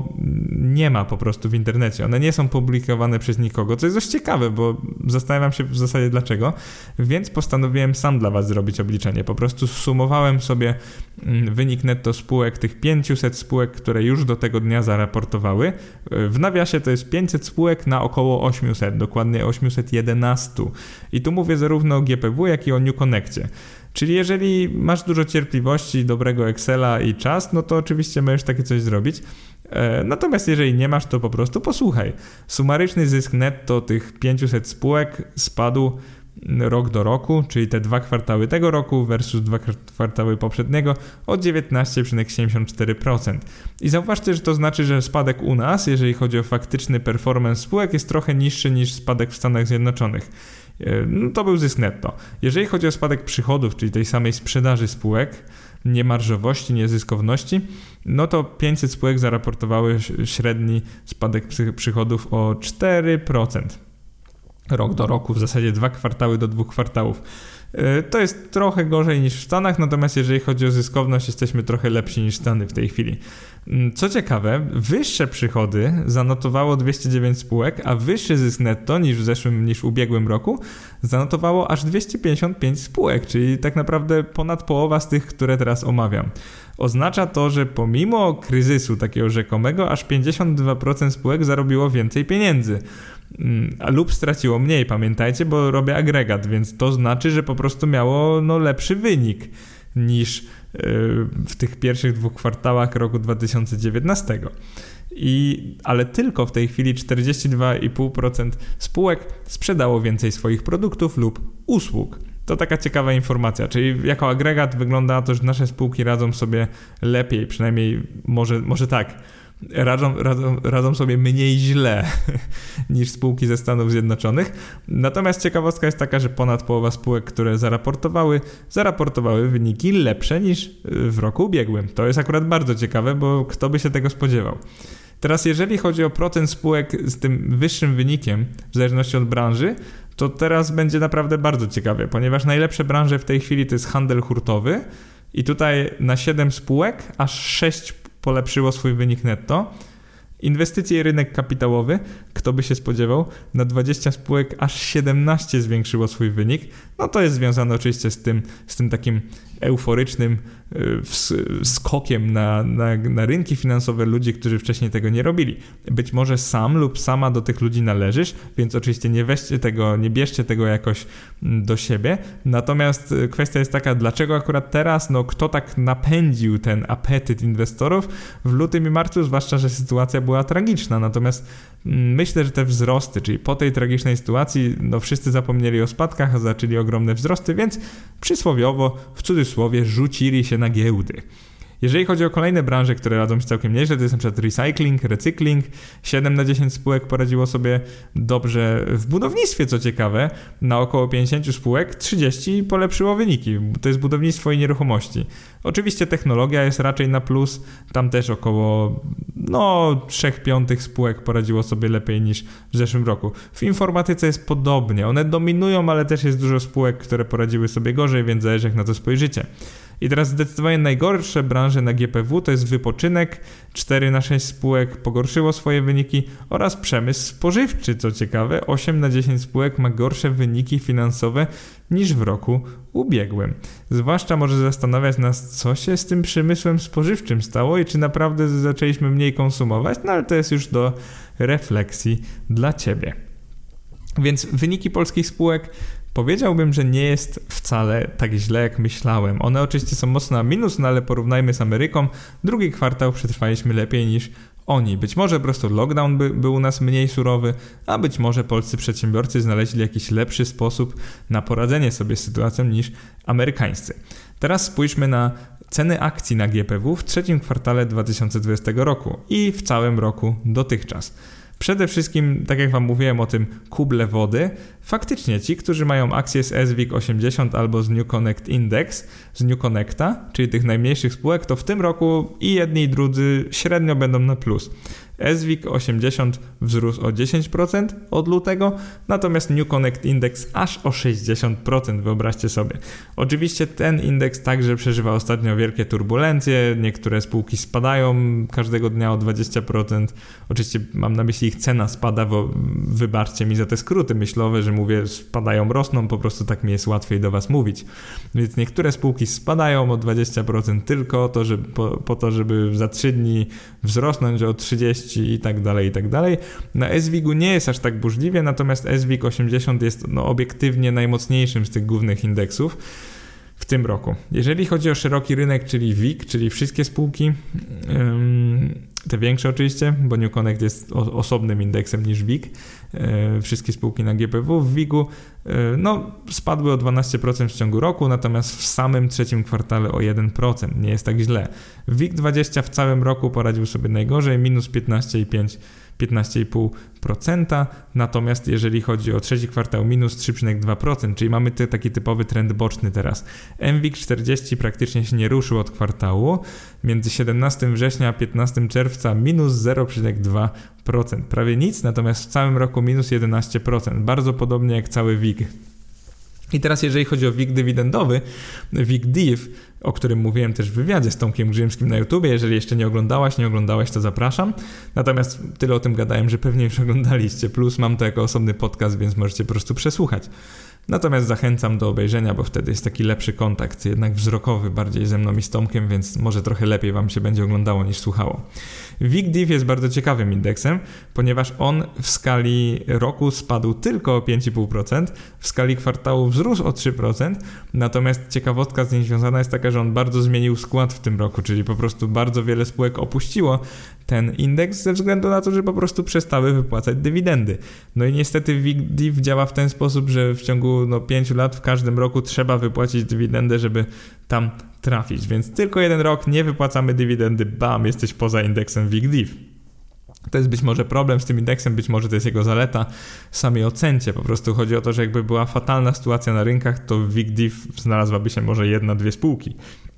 nie ma po prostu w internecie. One nie są publikowane przez nikogo, co jest dość ciekawe, bo zastanawiam się w zasadzie dlaczego, więc postanowiłem sam dla Was zrobić obliczenie. Po prostu sumowałem sobie wynik netto spółek, tych 500 spółek, które już do tego dnia zaraportowały. W nawiasie to jest 500 spółek na około 800, dokładnie 811. I tu mówię zarówno o GPW, jak i o New Connectie. Czyli jeżeli masz dużo cierpliwości, dobrego Excela i czas, to oczywiście możesz takie coś zrobić. Natomiast jeżeli nie masz, to po prostu posłuchaj. Sumaryczny zysk netto tych 500 spółek spadł rok do roku, czyli te 2 kwartały tego roku versus 2 kwartały poprzedniego o 19,74%. I zauważcie, że to znaczy, że spadek u nas, jeżeli chodzi o faktyczny performance spółek, jest trochę niższy niż spadek w Stanach Zjednoczonych. To był zysk netto. Jeżeli chodzi o spadek przychodów, czyli tej samej sprzedaży spółek, nie marżowości, nie zyskowności, to 500 spółek zaraportowały średni spadek przychodów o 4%. Rok do roku, w zasadzie 2 kwartały do 2 kwartałów. To jest trochę gorzej niż w Stanach, natomiast jeżeli chodzi o zyskowność, jesteśmy trochę lepsi niż Stany w tej chwili. Co ciekawe, wyższe przychody zanotowało 209 spółek, a wyższy zysk netto niż w ubiegłym roku zanotowało aż 255 spółek, czyli tak naprawdę ponad połowa z tych, które teraz omawiam. Oznacza to, że pomimo kryzysu takiego rzekomego, aż 52% spółek zarobiło więcej pieniędzy. Lub straciło mniej, pamiętajcie, bo robię agregat, więc to znaczy, że po prostu miało lepszy wynik niż w tych pierwszych 2 kwartałach roku 2019. ale tylko w tej chwili 42,5% spółek sprzedało więcej swoich produktów lub usług. To taka ciekawa informacja, czyli jako agregat wygląda na to, że nasze spółki radzą sobie lepiej, przynajmniej może tak, radzą sobie mniej źle niż spółki ze Stanów Zjednoczonych. Natomiast ciekawostka jest taka, że ponad połowa spółek, które zaraportowały wyniki lepsze niż w roku ubiegłym. To jest akurat bardzo ciekawe, bo kto by się tego spodziewał. Teraz jeżeli chodzi o procent spółek z tym wyższym wynikiem, w zależności od branży, to teraz będzie naprawdę bardzo ciekawie, ponieważ najlepsze branże w tej chwili to jest handel hurtowy i tutaj na 7 spółek aż 6 polepszyło swój wynik netto. Inwestycje i rynek kapitałowy, kto by się spodziewał, na 20 spółek aż 17 zwiększyło swój wynik. No to jest związane oczywiście z tym takim euforycznym skokiem na rynki finansowe ludzi, którzy wcześniej tego nie robili. Być może sam lub sama do tych ludzi należysz, więc oczywiście nie bierzcie tego jakoś do siebie. Natomiast kwestia jest taka, dlaczego akurat teraz, kto tak napędził ten apetyt inwestorów w lutym i marcu, zwłaszcza, że sytuacja była tragiczna. Natomiast myślę, że te wzrosty, czyli po tej tragicznej sytuacji, wszyscy zapomnieli o spadkach, a zaczęli ogromne wzrosty, więc przysłowiowo, w cudzysłowie, rzucili się na giełdy. Jeżeli chodzi o kolejne branże, które radzą się całkiem nieźle, to jest np. recycling, recykling. 7 na 10 spółek poradziło sobie dobrze w budownictwie, co ciekawe. Na około 50 spółek 30 polepszyło wyniki. To jest budownictwo i nieruchomości. Oczywiście technologia jest raczej na plus. Tam też około 3/5 spółek poradziło sobie lepiej niż w zeszłym roku. W informatyce jest podobnie. One dominują, ale też jest dużo spółek, które poradziły sobie gorzej, więc zależy jak na to spojrzycie. I teraz zdecydowanie najgorsze branże na GPW to jest wypoczynek, 4 na 6 spółek pogorszyło swoje wyniki oraz przemysł spożywczy, co ciekawe, 8 na 10 spółek ma gorsze wyniki finansowe niż w roku ubiegłym. Zwłaszcza może zastanawiać nas, co się z tym przemysłem spożywczym stało i czy naprawdę zaczęliśmy mniej konsumować, ale to jest już do refleksji dla Ciebie. Więc wyniki polskich spółek powiedziałbym, że nie jest wcale tak źle, jak myślałem. One oczywiście są mocno na minus, ale porównajmy z Ameryką. Drugi kwartał przetrwaliśmy lepiej niż oni. Być może po prostu lockdown był u nas mniej surowy, a być może polscy przedsiębiorcy znaleźli jakiś lepszy sposób na poradzenie sobie z sytuacją niż amerykańscy. Teraz spójrzmy na ceny akcji na GPW w trzecim kwartale 2020 roku i w całym roku dotychczas. Przede wszystkim, tak jak Wam mówiłem o tym kuble wody, faktycznie ci, którzy mają akcje z SWIG 80 albo z New Connect Index, z New Connecta, czyli tych najmniejszych spółek, to w tym roku i jedni i drudzy średnio będą na plus. SWIG 80 wzrósł o 10% od lutego, natomiast New Connect Index aż o 60%, wyobraźcie sobie. Oczywiście ten indeks także przeżywa ostatnio wielkie turbulencje, niektóre spółki spadają każdego dnia o 20%. Oczywiście mam na myśli ich cena spada, bo wybaczcie mi za te skróty myślowe, że mówię spadają, rosną, po prostu tak mi jest łatwiej do Was mówić. Więc niektóre spółki spadają o 20% tylko po to, żeby za 3 dni wzrosnąć o 30% i tak dalej, i tak dalej. Na SWIG-u nie jest aż tak burzliwie, natomiast SWIG 80 jest obiektywnie najmocniejszym z tych głównych indeksów w tym roku. Jeżeli chodzi o szeroki rynek, czyli WIG, czyli wszystkie spółki, te większe oczywiście, bo New Connect jest osobnym indeksem niż WIG, wszystkie spółki na GPW, w WIG-u spadły o 12% w ciągu roku, natomiast w samym trzecim kwartale o 1%, nie jest tak źle. WIG20 w całym roku poradził sobie najgorzej, minus 15,5%, natomiast jeżeli chodzi o trzeci kwartał, minus 3,2%, czyli mamy taki typowy trend boczny teraz. MWIG40 praktycznie się nie ruszył od kwartału, między 17 września a 15 czerwca minus 0,2%, prawie nic, natomiast w całym roku minus 11%, bardzo podobnie jak cały WIG. I teraz jeżeli chodzi o WIG dywidendowy, WIG DIV, o którym mówiłem też w wywiadzie z Tomkiem Grzymskim na YouTubie, jeżeli jeszcze nie oglądałeś, to zapraszam. Natomiast tyle o tym gadałem, że pewnie już oglądaliście, plus mam to jako osobny podcast, więc możecie po prostu przesłuchać. Natomiast zachęcam do obejrzenia, bo wtedy jest taki lepszy kontakt, jednak wzrokowy bardziej ze mną i z Tomkiem, więc może trochę lepiej Wam się będzie oglądało niż słuchało. WIG DIV jest bardzo ciekawym indeksem, ponieważ on w skali roku spadł tylko o 5,5%, w skali kwartału wzrósł o 3%, natomiast ciekawostka z nim związana jest taka, że on bardzo zmienił skład w tym roku, czyli po prostu bardzo wiele spółek opuściło ten indeks ze względu na to, że po prostu przestały wypłacać dywidendy. No i niestety WIG-DIV działa w ten sposób, że w ciągu 5 lat w każdym roku trzeba wypłacić dywidendę, żeby tam trafić, więc tylko jeden rok nie wypłacamy dywidendy, bam, jesteś poza indeksem WIG-DIV. To jest być może problem z tym indeksem, być może to jest jego zaleta, sami ocencie. Po prostu chodzi o to, że jakby była fatalna sytuacja na rynkach, to w WIG-DIV znalazłaby się może 1-2 spółki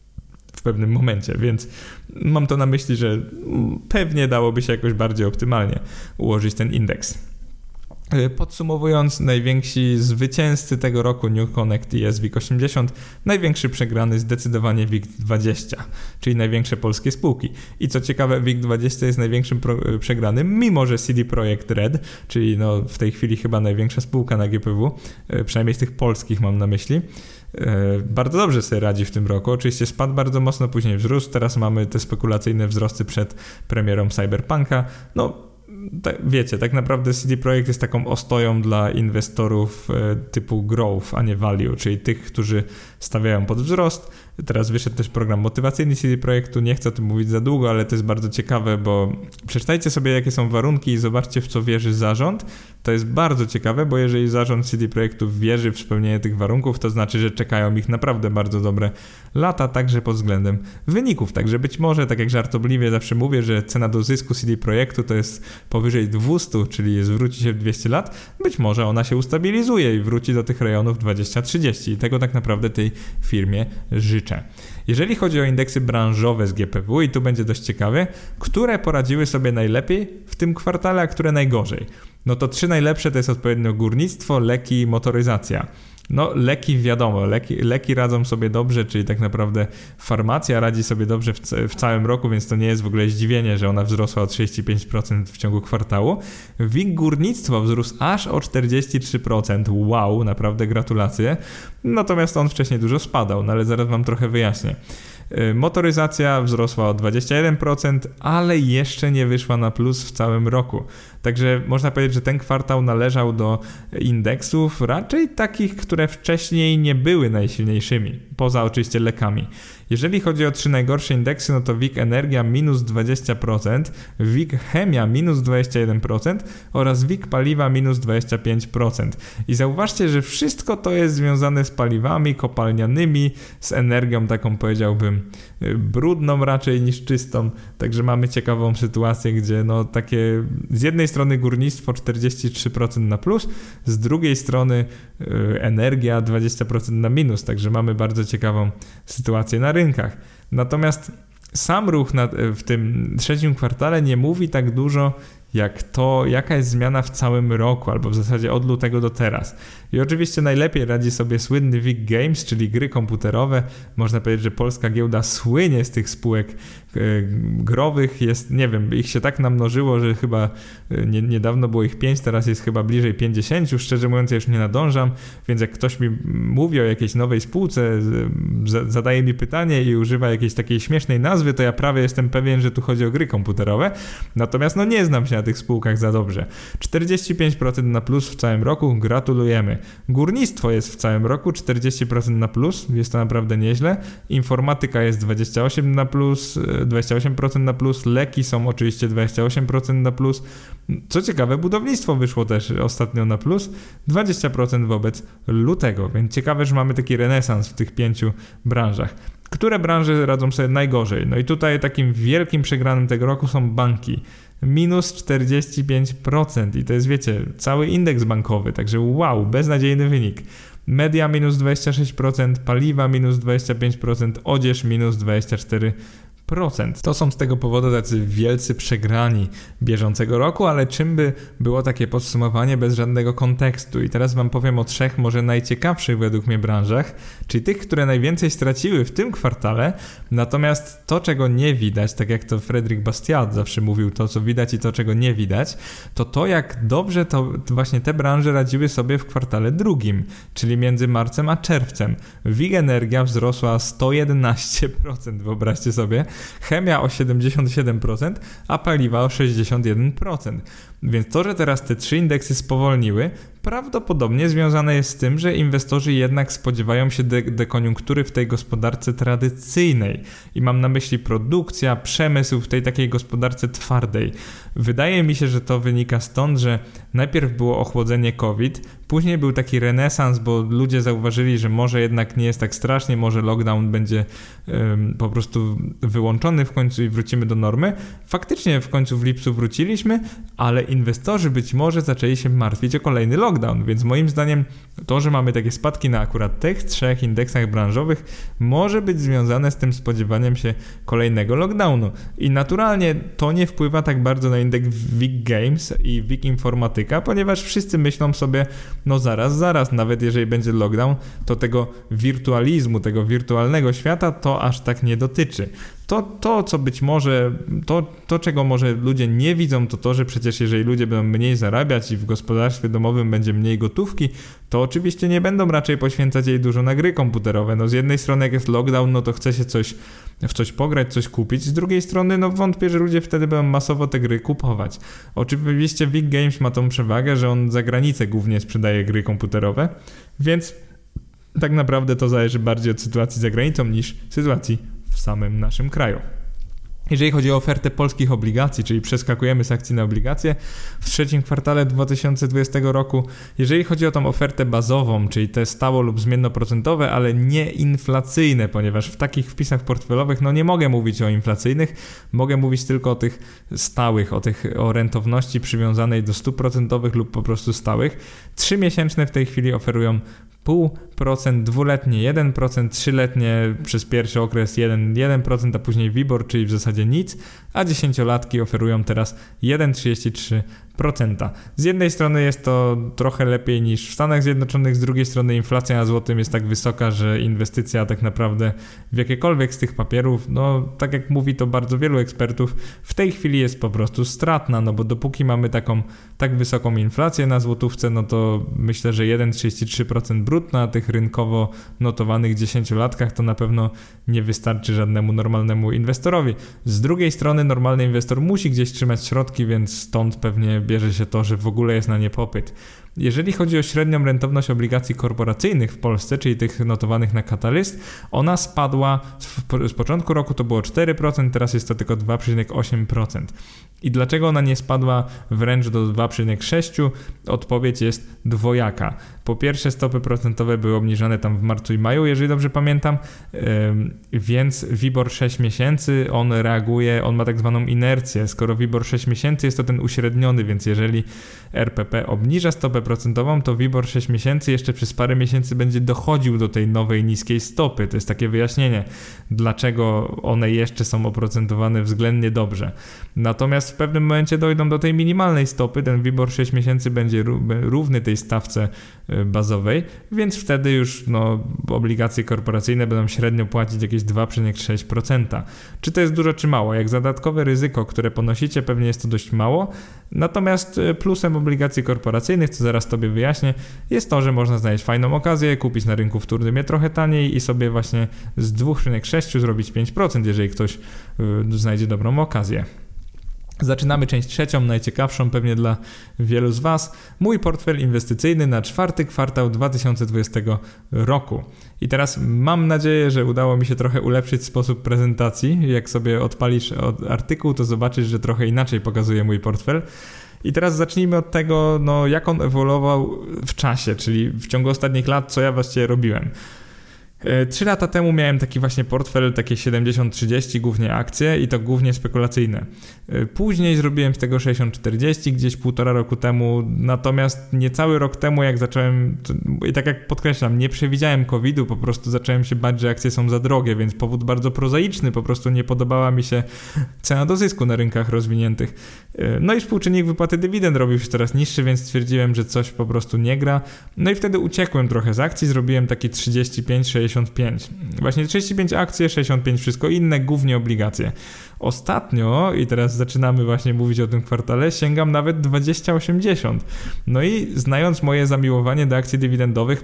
w pewnym momencie, więc mam to na myśli, że pewnie dałoby się jakoś bardziej optymalnie ułożyć ten indeks. Podsumowując, najwięksi zwycięzcy tego roku New Connect i SWIG80, największy przegrany zdecydowanie WIG20, czyli największe polskie spółki. I co ciekawe, WIG20 jest największym przegranym, mimo że CD Projekt Red, czyli w tej chwili chyba największa spółka na GPW, przynajmniej z tych polskich mam na myśli, bardzo dobrze sobie radzi w tym roku. Oczywiście spadł bardzo mocno, później wzrósł, teraz mamy te spekulacyjne wzrosty przed premierą Cyberpunka. Wiecie, tak naprawdę CD Projekt jest taką ostoją dla inwestorów typu growth, a nie value, czyli tych, którzy stawiają pod wzrost. Teraz wyszedł też program motywacyjny CD Projektu, nie chcę o tym mówić za długo, ale to jest bardzo ciekawe, bo przeczytajcie sobie, jakie są warunki i zobaczcie, w co wierzy zarząd. To jest bardzo ciekawe, bo jeżeli zarząd CD Projektu wierzy w spełnienie tych warunków, to znaczy, że czekają ich naprawdę bardzo dobre lata, także pod względem wyników. Także być może, tak jak żartobliwie zawsze mówię, że cena do zysku CD Projektu to jest powyżej 200, czyli zwróci się w 200 lat, być może ona się ustabilizuje i wróci do tych rejonów 20-30 i tego tak naprawdę tej firmie życzę. Jeżeli chodzi o indeksy branżowe z GPW, i tu będzie dość ciekawe, które poradziły sobie najlepiej w tym kwartale, a które najgorzej. To 3 najlepsze to jest odpowiednio górnictwo, leki i motoryzacja. Leki wiadomo, leki radzą sobie dobrze, czyli tak naprawdę farmacja radzi sobie dobrze w całym roku, więc to nie jest w ogóle zdziwienie, że ona wzrosła o 35% w ciągu kwartału. WIG górnictwo wzrósł aż o 43%, wow, naprawdę gratulacje. Natomiast on wcześniej dużo spadał, ale zaraz wam trochę wyjaśnię. Motoryzacja wzrosła o 21%, ale jeszcze nie wyszła na plus w całym roku. Także można powiedzieć, że ten kwartał należał do indeksów raczej takich, które wcześniej nie były najsilniejszymi, poza oczywiście lekami. Jeżeli chodzi o 3 najgorsze indeksy, to WIG Energia minus 20%, WIG Chemia minus 21% oraz WIG Paliwa minus 25%. I zauważcie, że wszystko to jest związane z paliwami kopalnianymi, z energią taką, powiedziałbym, brudną raczej niż czystą. Także mamy ciekawą sytuację, gdzie takie z jednej strony górnictwo 43% na plus, z drugiej strony energia 20% na minus. Także mamy bardzo ciekawą sytuację na rynkach. Natomiast sam ruch w tym trzecim kwartale nie mówi tak dużo jak to, jaka jest zmiana w całym roku, albo w zasadzie od lutego do teraz. I oczywiście najlepiej radzi sobie słynny WIG Games, czyli gry komputerowe. Można powiedzieć, że polska giełda słynie z tych spółek growych. Jest, nie wiem, ich się tak namnożyło, że chyba niedawno było ich 5, teraz jest chyba bliżej 50. Szczerze mówiąc, ja już nie nadążam, więc jak ktoś mi mówi o jakiejś nowej spółce, zadaje mi pytanie i używa jakiejś takiej śmiesznej nazwy, to ja prawie jestem pewien, że tu chodzi o gry komputerowe. Natomiast nie znam się na tych spółkach za dobrze. 45% na plus w całym roku, gratulujemy. Górnictwo jest w całym roku 40% na plus, jest to naprawdę nieźle. Informatyka jest 28% na plus, leki są oczywiście 28% na plus. Co ciekawe, budownictwo wyszło też ostatnio na plus, 20% wobec lutego, więc ciekawe, że mamy taki renesans w tych 5 branżach. Które branże radzą sobie najgorzej? I tutaj takim wielkim przegranym tego roku są banki. Minus 45% i to jest, wiecie, cały indeks bankowy, także wow, beznadziejny wynik. Media minus 26%, paliwa minus 25%, odzież minus 24%. To są z tego powodu tacy wielcy przegrani bieżącego roku, ale czym by było takie podsumowanie bez żadnego kontekstu? I teraz wam powiem o 3 może najciekawszych według mnie branżach, czyli tych, które najwięcej straciły w tym kwartale, natomiast to, czego nie widać, tak jak to Frédéric Bastiat zawsze mówił, to co widać i to, czego nie widać, to jak dobrze to właśnie te branże radziły sobie w kwartale drugim, czyli między marcem a czerwcem. WIG Energia wzrosła 111%, wyobraźcie sobie, chemia o 77%, a paliwa o 61%. Więc to, że teraz te 3 indeksy spowolniły, prawdopodobnie związane jest z tym, że inwestorzy jednak spodziewają się dekoniunktury w tej gospodarce tradycyjnej. I mam na myśli produkcja, przemysł w tej takiej gospodarce twardej. Wydaje mi się, że to wynika stąd, że najpierw było ochłodzenie COVID, później był taki renesans, bo ludzie zauważyli, że może jednak nie jest tak strasznie, może lockdown będzie po prostu wyłączony w końcu i wrócimy do normy. Faktycznie w końcu w lipcu wróciliśmy, ale inwestorzy być może zaczęli się martwić o kolejny lockdown, więc moim zdaniem to, że mamy takie spadki na akurat tych 3 indeksach branżowych, może być związane z tym spodziewaniem się kolejnego lockdownu. I naturalnie to nie wpływa tak bardzo na indeks WIG Games i WIG Informatyka, ponieważ wszyscy myślą sobie, no zaraz, nawet jeżeli będzie lockdown, to tego wirtualizmu, tego wirtualnego świata to aż tak nie dotyczy. To co być może, to czego może ludzie nie widzą, to, że przecież jeżeli ludzie będą mniej zarabiać i w gospodarstwie domowym będzie mniej gotówki, to oczywiście nie będą raczej poświęcać jej dużo na gry komputerowe. No z jednej strony jak jest lockdown, no to chce się w coś pograć, coś kupić, z drugiej strony no wątpię, że ludzie wtedy będą masowo te gry kupować. Oczywiście WIG Games ma tą przewagę, że on za granicę głównie sprzedaje gry komputerowe, więc tak naprawdę to zależy bardziej od sytuacji za granicą niż sytuacji w samym naszym kraju. Jeżeli chodzi o ofertę polskich obligacji, czyli przeskakujemy z akcji na obligacje, w trzecim kwartale 2020 roku, jeżeli chodzi o tą ofertę bazową, czyli te stało lub zmiennoprocentowe, ale nie inflacyjne, ponieważ w takich wpisach portfelowych nie mogę mówić o inflacyjnych, mogę mówić tylko o tych stałych, o rentowności przywiązanej do stóp procentowych lub po prostu stałych. 3-miesięczne w tej chwili oferują 0,5%, dwuletnie 1%, 3-letnie przez pierwszy okres 1%, a później WIBOR, czyli w zasadzie nic, a 10-latki oferują teraz 1,33%. Z jednej strony jest to trochę lepiej niż w Stanach Zjednoczonych, z drugiej strony inflacja na złotym jest tak wysoka, że inwestycja tak naprawdę w jakiekolwiek z tych papierów, tak jak mówi to bardzo wielu ekspertów, w tej chwili jest po prostu stratna, bo dopóki mamy tak wysoką inflację na złotówce, to myślę, że 1,33% brutto na tych rynkowo notowanych 10-latkach to na pewno nie wystarczy żadnemu normalnemu inwestorowi. Z drugiej strony normalny inwestor musi gdzieś trzymać środki, więc stąd pewnie bierze się to, że w ogóle jest na nie popyt. Jeżeli chodzi o średnią rentowność obligacji korporacyjnych w Polsce, czyli tych notowanych na Katalyst, ona spadła, z początku roku to było 4%, teraz jest to tylko 2,8%. I dlaczego ona nie spadła wręcz do 2,6%? Odpowiedź jest dwojaka. Po pierwsze stopy procentowe były obniżane tam w marcu i maju, jeżeli dobrze pamiętam, więc WIBOR 6 miesięcy, on reaguje, on ma tak zwaną inercję. Skoro WIBOR 6 miesięcy jest to ten uśredniony, więc jeżeli RPP obniża stopę procentową, to WIBOR 6 miesięcy jeszcze przez parę miesięcy będzie dochodził do tej nowej niskiej stopy. To jest takie wyjaśnienie, dlaczego one jeszcze są oprocentowane względnie dobrze. Natomiast w pewnym momencie dojdą do tej minimalnej stopy, ten WIBOR 6 miesięcy będzie równy tej stawce bazowej, więc wtedy już obligacje korporacyjne będą średnio płacić jakieś 2,6%. Czy to jest dużo, czy mało? Jak za dodatkowe ryzyko, które ponosicie, pewnie jest to dość mało. Natomiast plusem obligacji korporacyjnych, co zaraz Tobie wyjaśnię, jest to, że można znaleźć fajną okazję, kupić na rynku wtórnym je trochę taniej i sobie właśnie z 2,6 zrobić 5%, jeżeli ktoś znajdzie dobrą okazję. Zaczynamy część trzecią, najciekawszą pewnie dla wielu z Was. Mój portfel inwestycyjny na 4. kwartał 2020 roku. I teraz mam nadzieję, że udało mi się trochę ulepszyć sposób prezentacji. Jak sobie odpalisz artykuł, to zobaczysz, że trochę inaczej pokazuje mój portfel. I teraz zacznijmy od tego, jak on ewoluował w czasie, czyli w ciągu ostatnich lat, co ja właściwie robiłem. 3 lata temu miałem taki właśnie portfel, takie 70-30, głównie akcje i to głównie spekulacyjne. Później zrobiłem z tego 60-40, gdzieś 1,5 roku temu, natomiast niecały rok temu jak zacząłem, i tak jak podkreślam, nie przewidziałem COVID-u, po prostu zacząłem się bać, że akcje są za drogie, więc powód bardzo prozaiczny, po prostu nie podobała mi się cena do zysku na rynkach rozwiniętych. I współczynnik wypłaty dywidend robił się coraz niższy, więc stwierdziłem, że coś po prostu nie gra. I wtedy uciekłem trochę z akcji, zrobiłem taki 35-65. Właśnie 35 akcje, 65 wszystko inne, głównie obligacje. Ostatnio, i teraz zaczynamy właśnie mówić o tym kwartale, sięgam nawet 20-80. I znając moje zamiłowanie do akcji dywidendowych,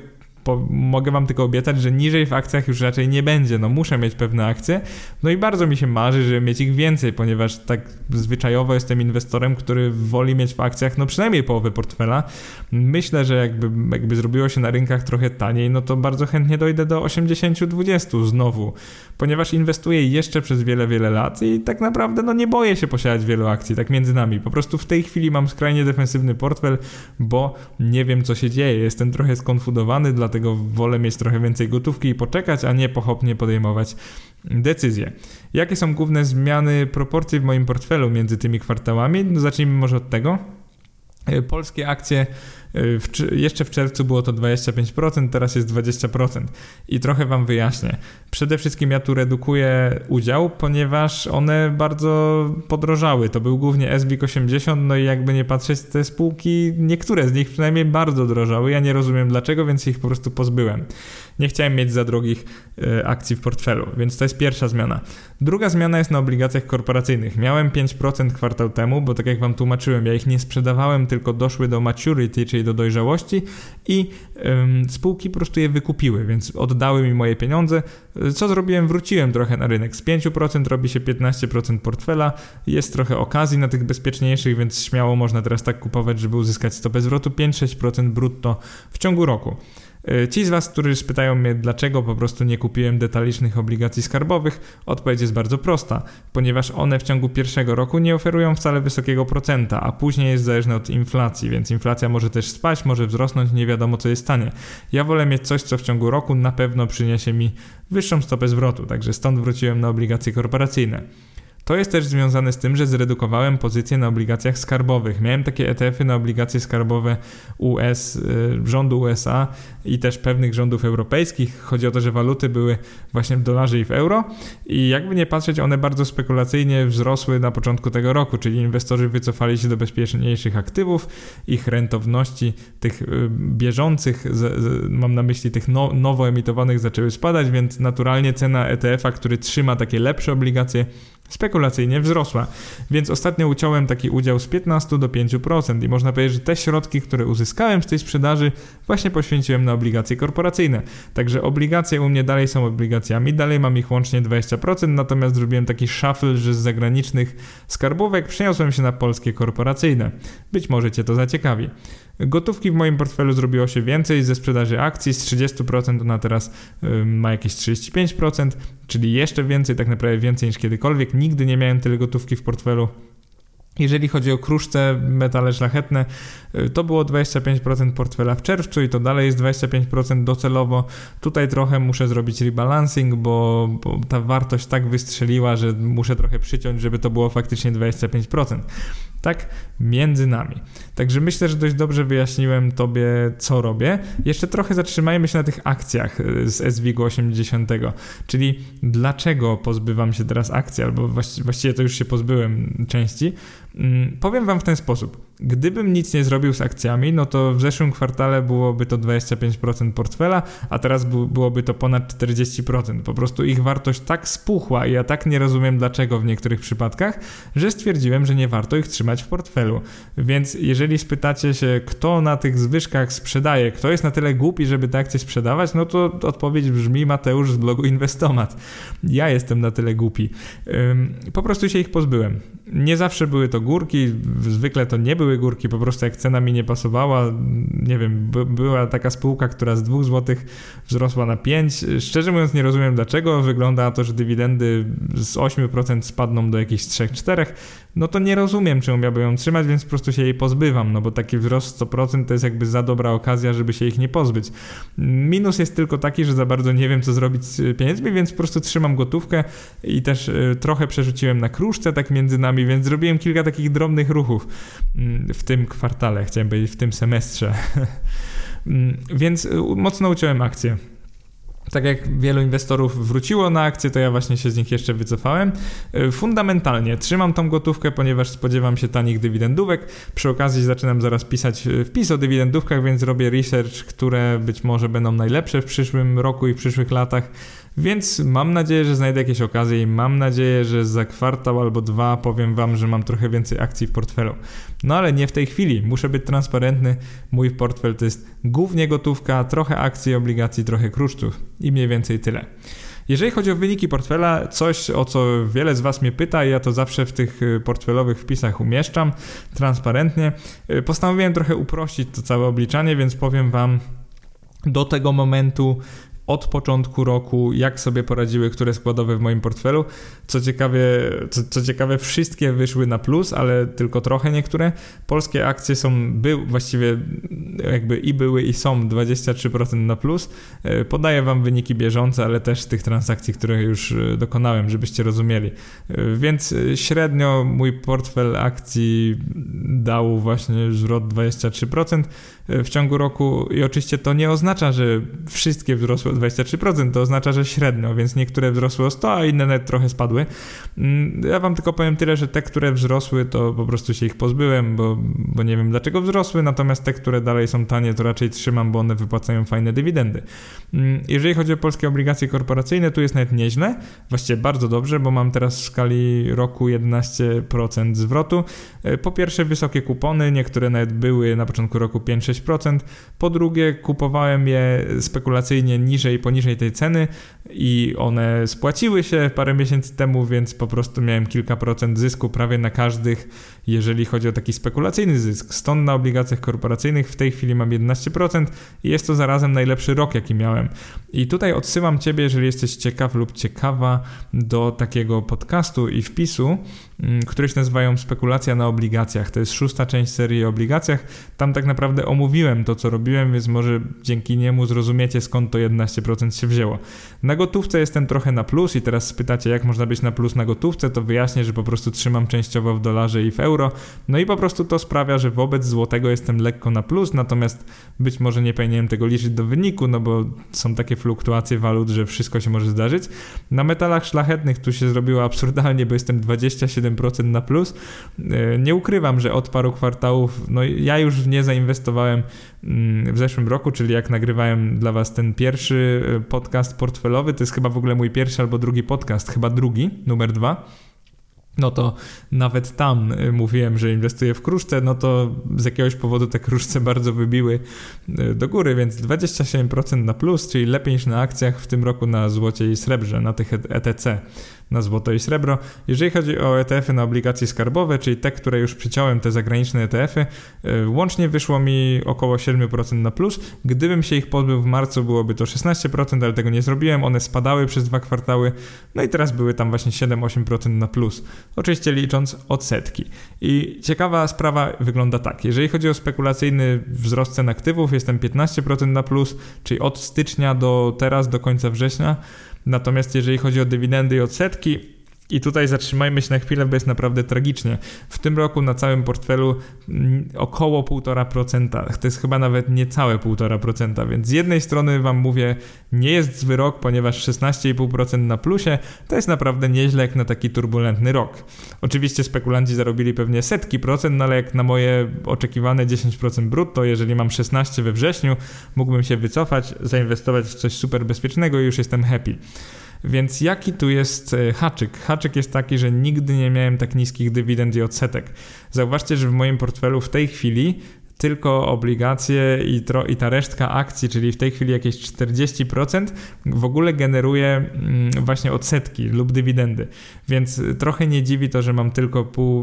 mogę wam tylko obiecać, że niżej w akcjach już raczej nie będzie. No muszę mieć pewne akcje. No i bardzo mi się marzy, żeby mieć ich więcej, ponieważ tak zwyczajowo jestem inwestorem, który woli mieć w akcjach no przynajmniej połowę portfela. Myślę, że jakby zrobiło się na rynkach trochę taniej, no to bardzo chętnie dojdę do 80-20 znowu, ponieważ inwestuję jeszcze przez wiele, wiele lat i tak naprawdę no nie boję się posiadać wielu akcji, tak między nami. Po prostu w tej chwili mam skrajnie defensywny portfel, bo nie wiem, co się dzieje. Jestem trochę skonfudowany, dlatego wolę mieć trochę więcej gotówki i poczekać, a nie pochopnie podejmować decyzje. Jakie są główne zmiany proporcji w moim portfelu między tymi kwartałami? No zacznijmy może od tego. Polskie akcje jeszcze w czerwcu było to 25%, teraz jest 20%. I trochę wam wyjaśnię. Przede wszystkim ja tu redukuję udział, ponieważ one bardzo podrożały. To był głównie SWIG 80, no i jakby nie patrzeć, te spółki, niektóre z nich przynajmniej bardzo drożały. Ja nie rozumiem dlaczego, więc ich po prostu pozbyłem. Nie chciałem mieć za drogich akcji w portfelu, więc to jest pierwsza zmiana. Druga zmiana jest na obligacjach korporacyjnych. Miałem 5% kwartał temu, bo tak jak wam tłumaczyłem, ja ich nie sprzedawałem, tylko doszły do maturity, czyli do dojrzałości i spółki po prostu je wykupiły, więc oddały mi moje pieniądze. Co zrobiłem? Wróciłem trochę na rynek. Z 5% robi się 15% portfela. Jest trochę okazji na tych bezpieczniejszych, więc śmiało można teraz tak kupować, żeby uzyskać stopę zwrotu 5-6% brutto w ciągu roku. Ci z was, którzy spytają mnie, dlaczego po prostu nie kupiłem detalicznych obligacji skarbowych, odpowiedź jest bardzo prosta, ponieważ one w ciągu pierwszego roku nie oferują wcale wysokiego procenta, a później jest zależne od inflacji, więc inflacja może też spaść, może wzrosnąć, nie wiadomo co jest w stanie. Ja wolę mieć coś, co w ciągu roku na pewno przyniesie mi wyższą stopę zwrotu, także stąd wróciłem na obligacje korporacyjne. To jest też związane z tym, że zredukowałem pozycję na obligacjach skarbowych. Miałem takie ETF-y na obligacje skarbowe rządu USA i też pewnych rządów europejskich. Chodzi o to, że waluty były właśnie w dolarze i w euro i jakby nie patrzeć, one bardzo spekulacyjnie wzrosły na początku tego roku, czyli inwestorzy wycofali się do bezpieczniejszych aktywów, ich rentowności tych bieżących, mam na myśli tych nowo emitowanych, zaczęły spadać, więc naturalnie cena ETF-a, który trzyma takie lepsze obligacje, spekulacyjnie wzrosła, więc ostatnio uciąłem taki udział z 15 do 5% i można powiedzieć, że te środki, które uzyskałem z tej sprzedaży, właśnie poświęciłem na obligacje korporacyjne. Także obligacje u mnie dalej są obligacjami, dalej mam ich łącznie 20%, natomiast zrobiłem taki shuffle, że z zagranicznych skarbówek przeniosłem się na polskie korporacyjne. Być może cię to zaciekawi. Gotówki w moim portfelu zrobiło się więcej ze sprzedaży akcji, z 30% ona teraz ma jakieś 35%, czyli jeszcze więcej, tak naprawdę więcej niż kiedykolwiek. Nigdy nie miałem tyle gotówki w portfelu. Jeżeli chodzi o kruszce, metale szlachetne, to było 25% portfela w czerwcu i to dalej jest 25% docelowo. Tutaj trochę muszę zrobić rebalancing, bo ta wartość tak wystrzeliła, że muszę trochę przyciąć, żeby to było faktycznie 25%. Tak między nami. Także myślę, że dość dobrze wyjaśniłem tobie, co robię. Jeszcze trochę zatrzymajmy się na tych akcjach z SWIG-u 80, czyli dlaczego pozbywam się teraz akcji, albo właściwie to już się pozbyłem części. Powiem wam w ten sposób. Gdybym nic nie zrobił z akcjami, no to w zeszłym kwartale byłoby to 25% portfela, a teraz byłoby to ponad 40%. Po prostu ich wartość tak spuchła i ja tak nie rozumiem dlaczego w niektórych przypadkach, że stwierdziłem, że nie warto ich trzymać w portfelu. Więc jeżeli spytacie się, kto na tych zwyżkach sprzedaje, kto jest na tyle głupi, żeby te akcje sprzedawać, no to odpowiedź brzmi Mateusz z blogu Inwestomat. Ja jestem na tyle głupi. Po prostu się ich pozbyłem. Nie zawsze były to górki, zwykle to nie były górki, po prostu jak cena mi nie pasowała, nie wiem, była taka spółka, która z 2 zł wzrosła na 5. Szczerze mówiąc nie rozumiem dlaczego, wygląda na to, że dywidendy z 8% spadną do jakichś 3-4, no to nie rozumiem, czemu miałbym ją trzymać, więc po prostu się jej pozbywam, no bo taki wzrost 100% to jest jakby za dobra okazja, żeby się ich nie pozbyć. Minus jest tylko taki, że za bardzo nie wiem, co zrobić z pieniędzmi, więc po prostu trzymam gotówkę i też trochę przerzuciłem na kruszce tak między nami, więc zrobiłem kilka takich drobnych ruchów w tym kwartale, chciałem powiedzieć w tym semestrze. Więc mocno uciąłem akcje. Tak jak wielu inwestorów wróciło na akcje, to ja właśnie się z nich jeszcze wycofałem. Fundamentalnie trzymam tą gotówkę, ponieważ spodziewam się tanich dywidendówek. Przy okazji zaczynam zaraz pisać wpis o dywidendówkach, więc robię research, które być może będą najlepsze w przyszłym roku i w przyszłych latach. Więc mam nadzieję, że znajdę jakieś okazje i mam nadzieję, że za kwartał albo 2 powiem wam, że mam trochę więcej akcji w portfelu. No ale nie w tej chwili, muszę być transparentny, mój portfel to jest głównie gotówka, trochę akcji, obligacji, trochę kruszców i mniej więcej tyle. Jeżeli chodzi o wyniki portfela, coś o co wiele z was mnie pyta i ja to zawsze w tych portfelowych wpisach umieszczam transparentnie, postanowiłem trochę uprościć to całe obliczanie, więc powiem wam do tego momentu od początku roku, jak sobie poradziły które składowe w moim portfelu. Co ciekawe, wszystkie wyszły na plus, ale tylko trochę niektóre. Polskie akcje właściwie jakby i były i są 23% na plus. Podaję wam wyniki bieżące, ale też tych transakcji, które już dokonałem, żebyście rozumieli. Więc średnio mój portfel akcji dał właśnie zwrot 23% w ciągu roku i oczywiście to nie oznacza, że wszystkie wzrosły o 23%, to oznacza, że średnio, więc niektóre wzrosły o 100, a inne nawet trochę spadły. Ja wam tylko powiem tyle, że te, które wzrosły, to po prostu się ich pozbyłem, bo nie wiem dlaczego wzrosły, natomiast te, które dalej są tanie, to raczej trzymam, bo one wypłacają fajne dywidendy. Jeżeli chodzi o polskie obligacje korporacyjne, tu jest nawet nieźle, właściwie bardzo dobrze, bo mam teraz w skali roku 11% zwrotu. Po pierwsze wysokie kupony, niektóre nawet były na początku roku 5-6%, po drugie kupowałem je spekulacyjnie poniżej tej ceny i one spłaciły się parę miesięcy temu, więc po prostu miałem kilka procent zysku prawie na każdych, jeżeli chodzi o taki spekulacyjny zysk. Stąd na obligacjach korporacyjnych w tej chwili mam 11% i jest to zarazem najlepszy rok, jaki miałem. I tutaj odsyłam ciebie, jeżeli jesteś ciekaw lub ciekawa, do takiego podcastu i wpisu, który się nazywają Spekulacja na obligacjach. To jest 6. część serii o obligacjach. Tam tak naprawdę omówiłem to, co robiłem, więc może dzięki niemu zrozumiecie, skąd to 11% się wzięło. Na gotówce jestem trochę na plus i teraz spytacie, jak można być na plus na gotówce, to wyjaśnię, że po prostu trzymam częściowo w dolarze i w euro. No i po prostu to sprawia, że wobec złotego jestem lekko na plus, natomiast być może nie powinienem tego liczyć do wyniku, no bo są takie fluktuacje walut, że wszystko się może zdarzyć. Na metalach szlachetnych tu się zrobiło absurdalnie, bo jestem 27% na plus. Nie ukrywam, że od paru kwartałów, no ja już w nie zainwestowałem w zeszłym roku, czyli jak nagrywałem dla was ten pierwszy podcast portfelowy, to jest chyba w ogóle mój pierwszy albo drugi podcast, chyba drugi, numer 2. No to nawet tam mówiłem, że inwestuję w kruszce, no to z jakiegoś powodu te kruszce bardzo wybiły do góry, więc 27% na plus, czyli lepiej niż na akcjach w tym roku na złocie i srebrze, na tych ETC, na złoto i srebro. Jeżeli chodzi o ETF-y na obligacje skarbowe, czyli te, które już przyciąłem, te zagraniczne ETF-y, łącznie wyszło mi około 7% na plus. Gdybym się ich pozbył w marcu, byłoby to 16%, ale tego nie zrobiłem. One spadały przez 2 kwartały, no i teraz były tam właśnie 7-8% na plus. Oczywiście licząc odsetki. I ciekawa sprawa wygląda tak. Jeżeli chodzi o spekulacyjny wzrost cen aktywów, jestem 15% na plus, czyli od stycznia do teraz, do końca września. Natomiast jeżeli chodzi o dywidendy i odsetki, i tutaj zatrzymajmy się na chwilę, bo jest naprawdę tragicznie. W tym roku na całym portfelu około 1,5%, to jest chyba nawet niecałe 1,5%, więc z jednej strony wam mówię, nie jest zły rok, ponieważ 16,5% na plusie, to jest naprawdę nieźle jak na taki turbulentny rok. Oczywiście spekulanci zarobili pewnie setki procent, no ale jak na moje oczekiwane 10% brutto, jeżeli mam 16 we wrześniu, mógłbym się wycofać, zainwestować w coś super bezpiecznego i już jestem happy. Więc jaki tu jest haczyk? Haczyk jest taki, że nigdy nie miałem tak niskich dywidend i odsetek. Zauważcie, że w moim portfelu w tej chwili tylko obligacje i ta resztka akcji, czyli w tej chwili jakieś 40% w ogóle generuje właśnie odsetki lub dywidendy. Więc trochę nie dziwi to, że mam tylko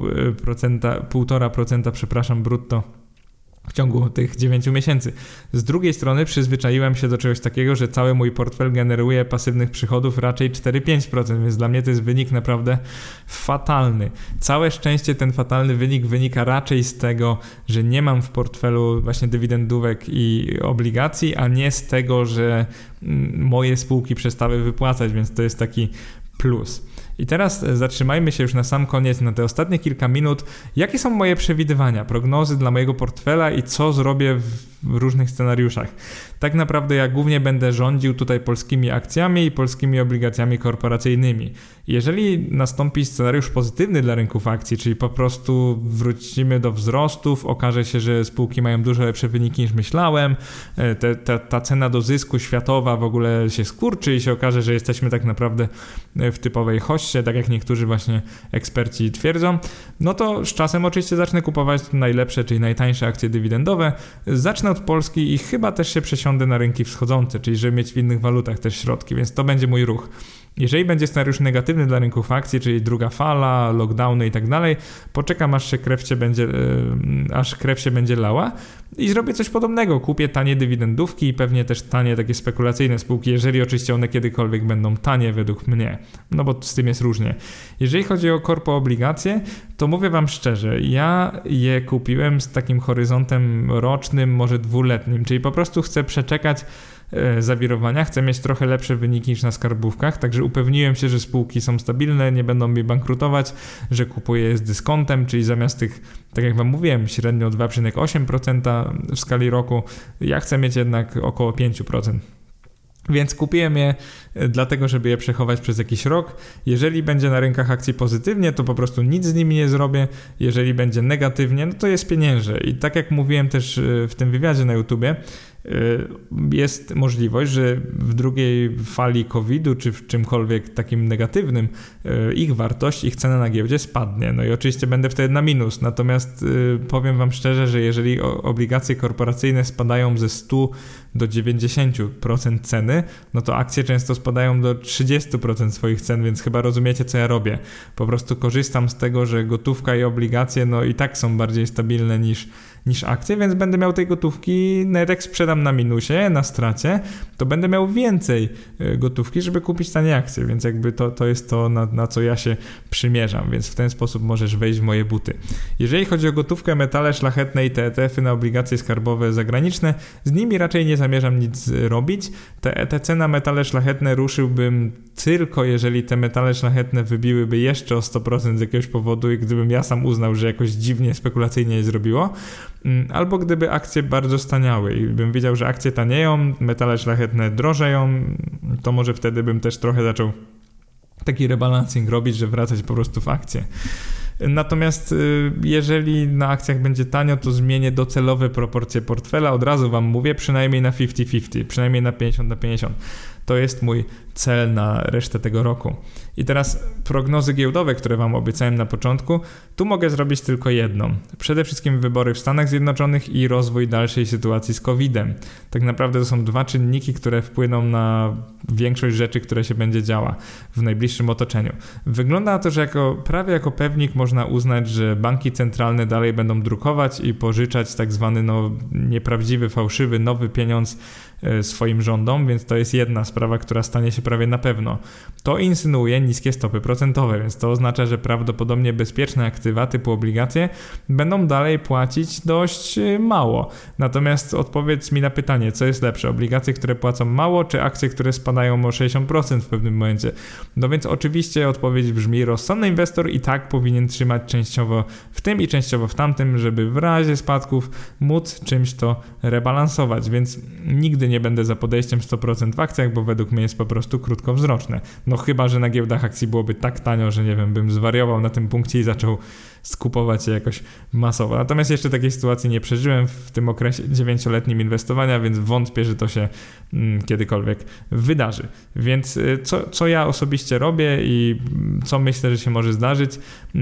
1,5% brutto w ciągu tych 9 miesięcy. Z drugiej strony przyzwyczaiłem się do czegoś takiego, że cały mój portfel generuje pasywnych przychodów raczej 4-5%, więc dla mnie to jest wynik naprawdę fatalny. Całe szczęście ten fatalny wynik wynika raczej z tego, że nie mam w portfelu właśnie dywidendówek i obligacji, a nie z tego, że moje spółki przestały wypłacać, więc to jest taki plus. I teraz zatrzymajmy się już na sam koniec, na te ostatnie kilka minut. Jakie są moje przewidywania, prognozy dla mojego portfela i co zrobię w różnych scenariuszach. Tak naprawdę ja głównie będę rządził tutaj polskimi akcjami i polskimi obligacjami korporacyjnymi. Jeżeli nastąpi scenariusz pozytywny dla rynków akcji, czyli po prostu wrócimy do wzrostów, okaże się, że spółki mają dużo lepsze wyniki niż myślałem, ta cena do zysku światowa w ogóle się skurczy i się okaże, że jesteśmy tak naprawdę w typowej hossie, tak jak niektórzy właśnie eksperci twierdzą, no to z czasem oczywiście zacznę kupować najlepsze, czyli najtańsze akcje dywidendowe. Zacznę od Polski i chyba też się przesiądę na rynki wschodzące, czyli żeby mieć w innych walutach też środki, więc to będzie mój ruch. Jeżeli będzie scenariusz negatywny dla rynków akcji, czyli druga fala, lockdowny i tak dalej, poczekam aż krew się będzie lała i zrobię coś podobnego. Kupię tanie dywidendówki i pewnie też tanie takie spekulacyjne spółki, jeżeli oczywiście one kiedykolwiek będą tanie według mnie, no bo z tym jest różnie. Jeżeli chodzi o korpo obligacje, to mówię wam szczerze, ja je kupiłem z takim horyzontem rocznym, może dwuletnim, czyli po prostu chcę przeczekać zawirowania, chcę mieć trochę lepsze wyniki niż na skarbówkach, także upewniłem się, że spółki są stabilne, nie będą mi bankrutować, że kupuję je z dyskontem, czyli zamiast tych, tak jak wam mówiłem, średnio 2,8% w skali roku, ja chcę mieć jednak około 5%. Więc kupiłem je dlatego, żeby je przechować przez jakiś rok. Jeżeli będzie na rynkach akcji pozytywnie, to po prostu nic z nimi nie zrobię. Jeżeli będzie negatywnie, no to je spieniężę. I tak jak mówiłem też w tym wywiadzie na YouTubie, jest możliwość, że w drugiej fali COVID-u czy w czymkolwiek takim negatywnym ich wartość, ich cena na giełdzie spadnie. No i oczywiście będę wtedy na minus. Natomiast powiem wam szczerze, że jeżeli obligacje korporacyjne spadają ze 100 do 90% ceny, no to akcje często spadają do 30% swoich cen, więc chyba rozumiecie, co ja robię. Po prostu korzystam z tego, że gotówka i obligacje no i tak są bardziej stabilne niż akcje, więc będę miał tej gotówki, nawet jak sprzedam na minusie, na stracie, to będę miał więcej gotówki, żeby kupić tanie akcje, więc jakby to jest to, na co ja się przymierzam, więc w ten sposób możesz wejść w moje buty. Jeżeli chodzi o gotówkę, metale szlachetne i te ETF-y na obligacje skarbowe zagraniczne, z nimi raczej nie zamierzam nic robić. Te ETC na metale szlachetne ruszyłbym tylko, jeżeli te metale szlachetne wybiłyby jeszcze o 100% z jakiegoś powodu i gdybym ja sam uznał, że jakoś dziwnie, spekulacyjnie je zrobiło, albo gdyby akcje bardzo staniały i bym wiedział, że akcje tanieją, metale szlachetne drożeją, to może wtedy bym też trochę zaczął taki rebalancing robić, że wracać po prostu w akcje. Natomiast jeżeli na akcjach będzie tanio, to zmienię docelowe proporcje portfela. Od razu wam mówię, przynajmniej na 50-50, przynajmniej na 50-50. To jest mój cel na resztę tego roku. I teraz prognozy giełdowe, które wam obiecałem na początku, tu mogę zrobić tylko jedną. Przede wszystkim wybory w Stanach Zjednoczonych i rozwój dalszej sytuacji z COVID-em. Tak naprawdę to są dwa czynniki, które wpłyną na większość rzeczy, które się będzie działa w najbliższym otoczeniu. Wygląda na to, że prawie jako pewnik można uznać, że banki centralne dalej będą drukować i pożyczać tak zwany nieprawdziwy, fałszywy, nowy pieniądz swoim rządom, więc to jest jedna sprawa, która stanie się prawie na pewno. To insynuuje niskie stopy procentowe, więc to oznacza, że prawdopodobnie bezpieczne aktywa typu obligacje będą dalej płacić dość mało. Natomiast odpowiedz mi na pytanie, co jest lepsze? Obligacje, które płacą mało, czy akcje, które spadają o 60% w pewnym momencie? No więc oczywiście odpowiedź brzmi, rozsądny inwestor i tak powinien trzymać częściowo w tym i częściowo w tamtym, żeby w razie spadków móc czymś to rebalansować, więc nigdy nie będę za podejściem 100% w akcjach, bo według mnie jest po prostu krótkowzroczne. No chyba, że na giełdach akcji byłoby tak tanio, że nie wiem, bym zwariował na tym punkcie i zaczął skupować je jakoś masowo. Natomiast jeszcze takiej sytuacji nie przeżyłem w tym okresie 9-letnim inwestowania, więc wątpię, że to się kiedykolwiek wydarzy. Więc co ja osobiście robię i co myślę, że się może zdarzyć?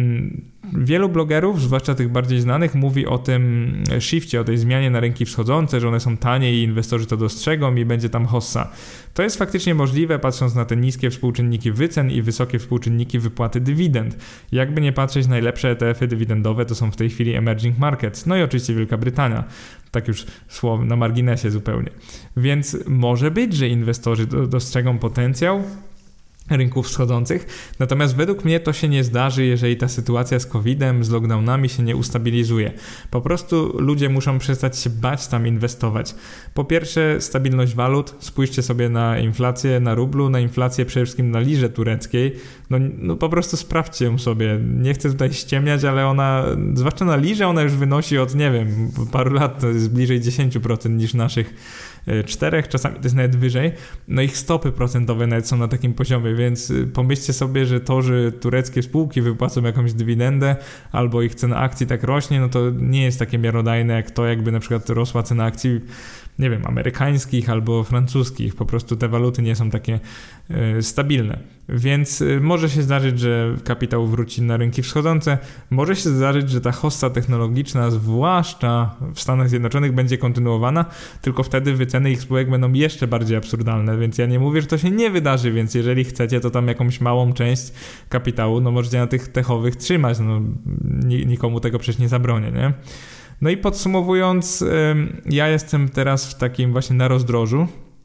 Wielu blogerów, zwłaszcza tych bardziej znanych, mówi o tym shifcie, o tej zmianie na rynki wschodzące, że one są tanie i inwestorzy to dostrzegą i będzie tam hossa. To jest faktycznie możliwe, patrząc na te niskie współczynniki wycen i wysokie współczynniki wypłaty dywidend. Jakby nie patrzeć, najlepsze ETF-y dywidendowe to są w tej chwili emerging markets, no i oczywiście Wielka Brytania. Tak już słowo na marginesie zupełnie. Więc może być, że inwestorzy dostrzegą potencjał rynków wschodzących. Natomiast według mnie to się nie zdarzy, jeżeli ta sytuacja z COVID-em, z lockdownami się nie ustabilizuje. Po prostu ludzie muszą przestać się bać tam inwestować. Po pierwsze, stabilność walut. Spójrzcie sobie na inflację na rublu, na inflację przede wszystkim na lirze tureckiej. No po prostu sprawdźcie ją sobie. Nie chcę tutaj ściemniać, ale ona, zwłaszcza na lirze, ona już wynosi od, nie wiem, paru lat, to jest bliżej 10% niż naszych 4, czasami to jest nawet wyżej. No ich stopy procentowe nawet są na takim poziomie, więc pomyślcie sobie, że to, że tureckie spółki wypłacą jakąś dywidendę albo ich cena akcji tak rośnie, no to nie jest takie miarodajne jak to, jakby na przykład rosła cena akcji, nie wiem, amerykańskich albo francuskich. Po prostu te waluty nie są takie stabilne. Więc może się zdarzyć, że kapitał wróci na rynki wschodzące. Może się zdarzyć, że ta hossa technologiczna, zwłaszcza w Stanach Zjednoczonych, będzie kontynuowana, tylko wtedy wyceny ich spółek będą jeszcze bardziej absurdalne. Więc ja nie mówię, że to się nie wydarzy, więc jeżeli chcecie, to tam jakąś małą część kapitału, no możecie na tych techowych trzymać. No, nikomu tego przecież nie zabronię, nie? No i podsumowując, ja jestem teraz w takim właśnie na rozdrożu.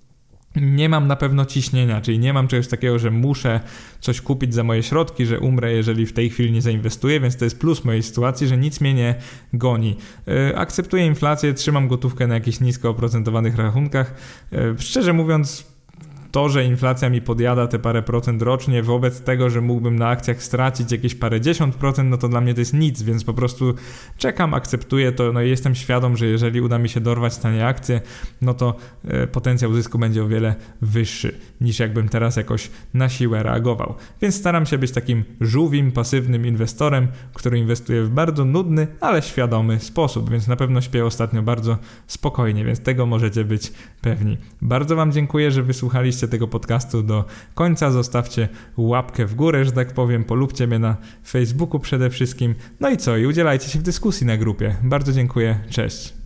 Nie mam na pewno ciśnienia, czyli nie mam czegoś takiego, że muszę coś kupić za moje środki, że umrę, jeżeli w tej chwili nie zainwestuję, więc to jest plus mojej sytuacji, że nic mnie nie goni. Akceptuję inflację, trzymam gotówkę na jakichś nisko oprocentowanych rachunkach. Szczerze mówiąc, to, że inflacja mi podjada te parę procent rocznie wobec tego, że mógłbym na akcjach stracić jakieś parędziesiąt procent, no to dla mnie to jest nic, więc po prostu czekam, akceptuję to, no i jestem świadom, że jeżeli uda mi się dorwać tanie akcje, no to potencjał zysku będzie o wiele wyższy niż jakbym teraz jakoś na siłę reagował. Więc staram się być takim żółwim, pasywnym inwestorem, który inwestuje w bardzo nudny, ale świadomy sposób, więc na pewno śpię ostatnio bardzo spokojnie, więc tego możecie być pewni. Bardzo Wam dziękuję, że wysłuchaliście tego podcastu do końca. Zostawcie łapkę w górę, że tak powiem, polubcie mnie na Facebooku przede wszystkim. No i co? I udzielajcie się w dyskusji na grupie. Bardzo dziękuję. Cześć.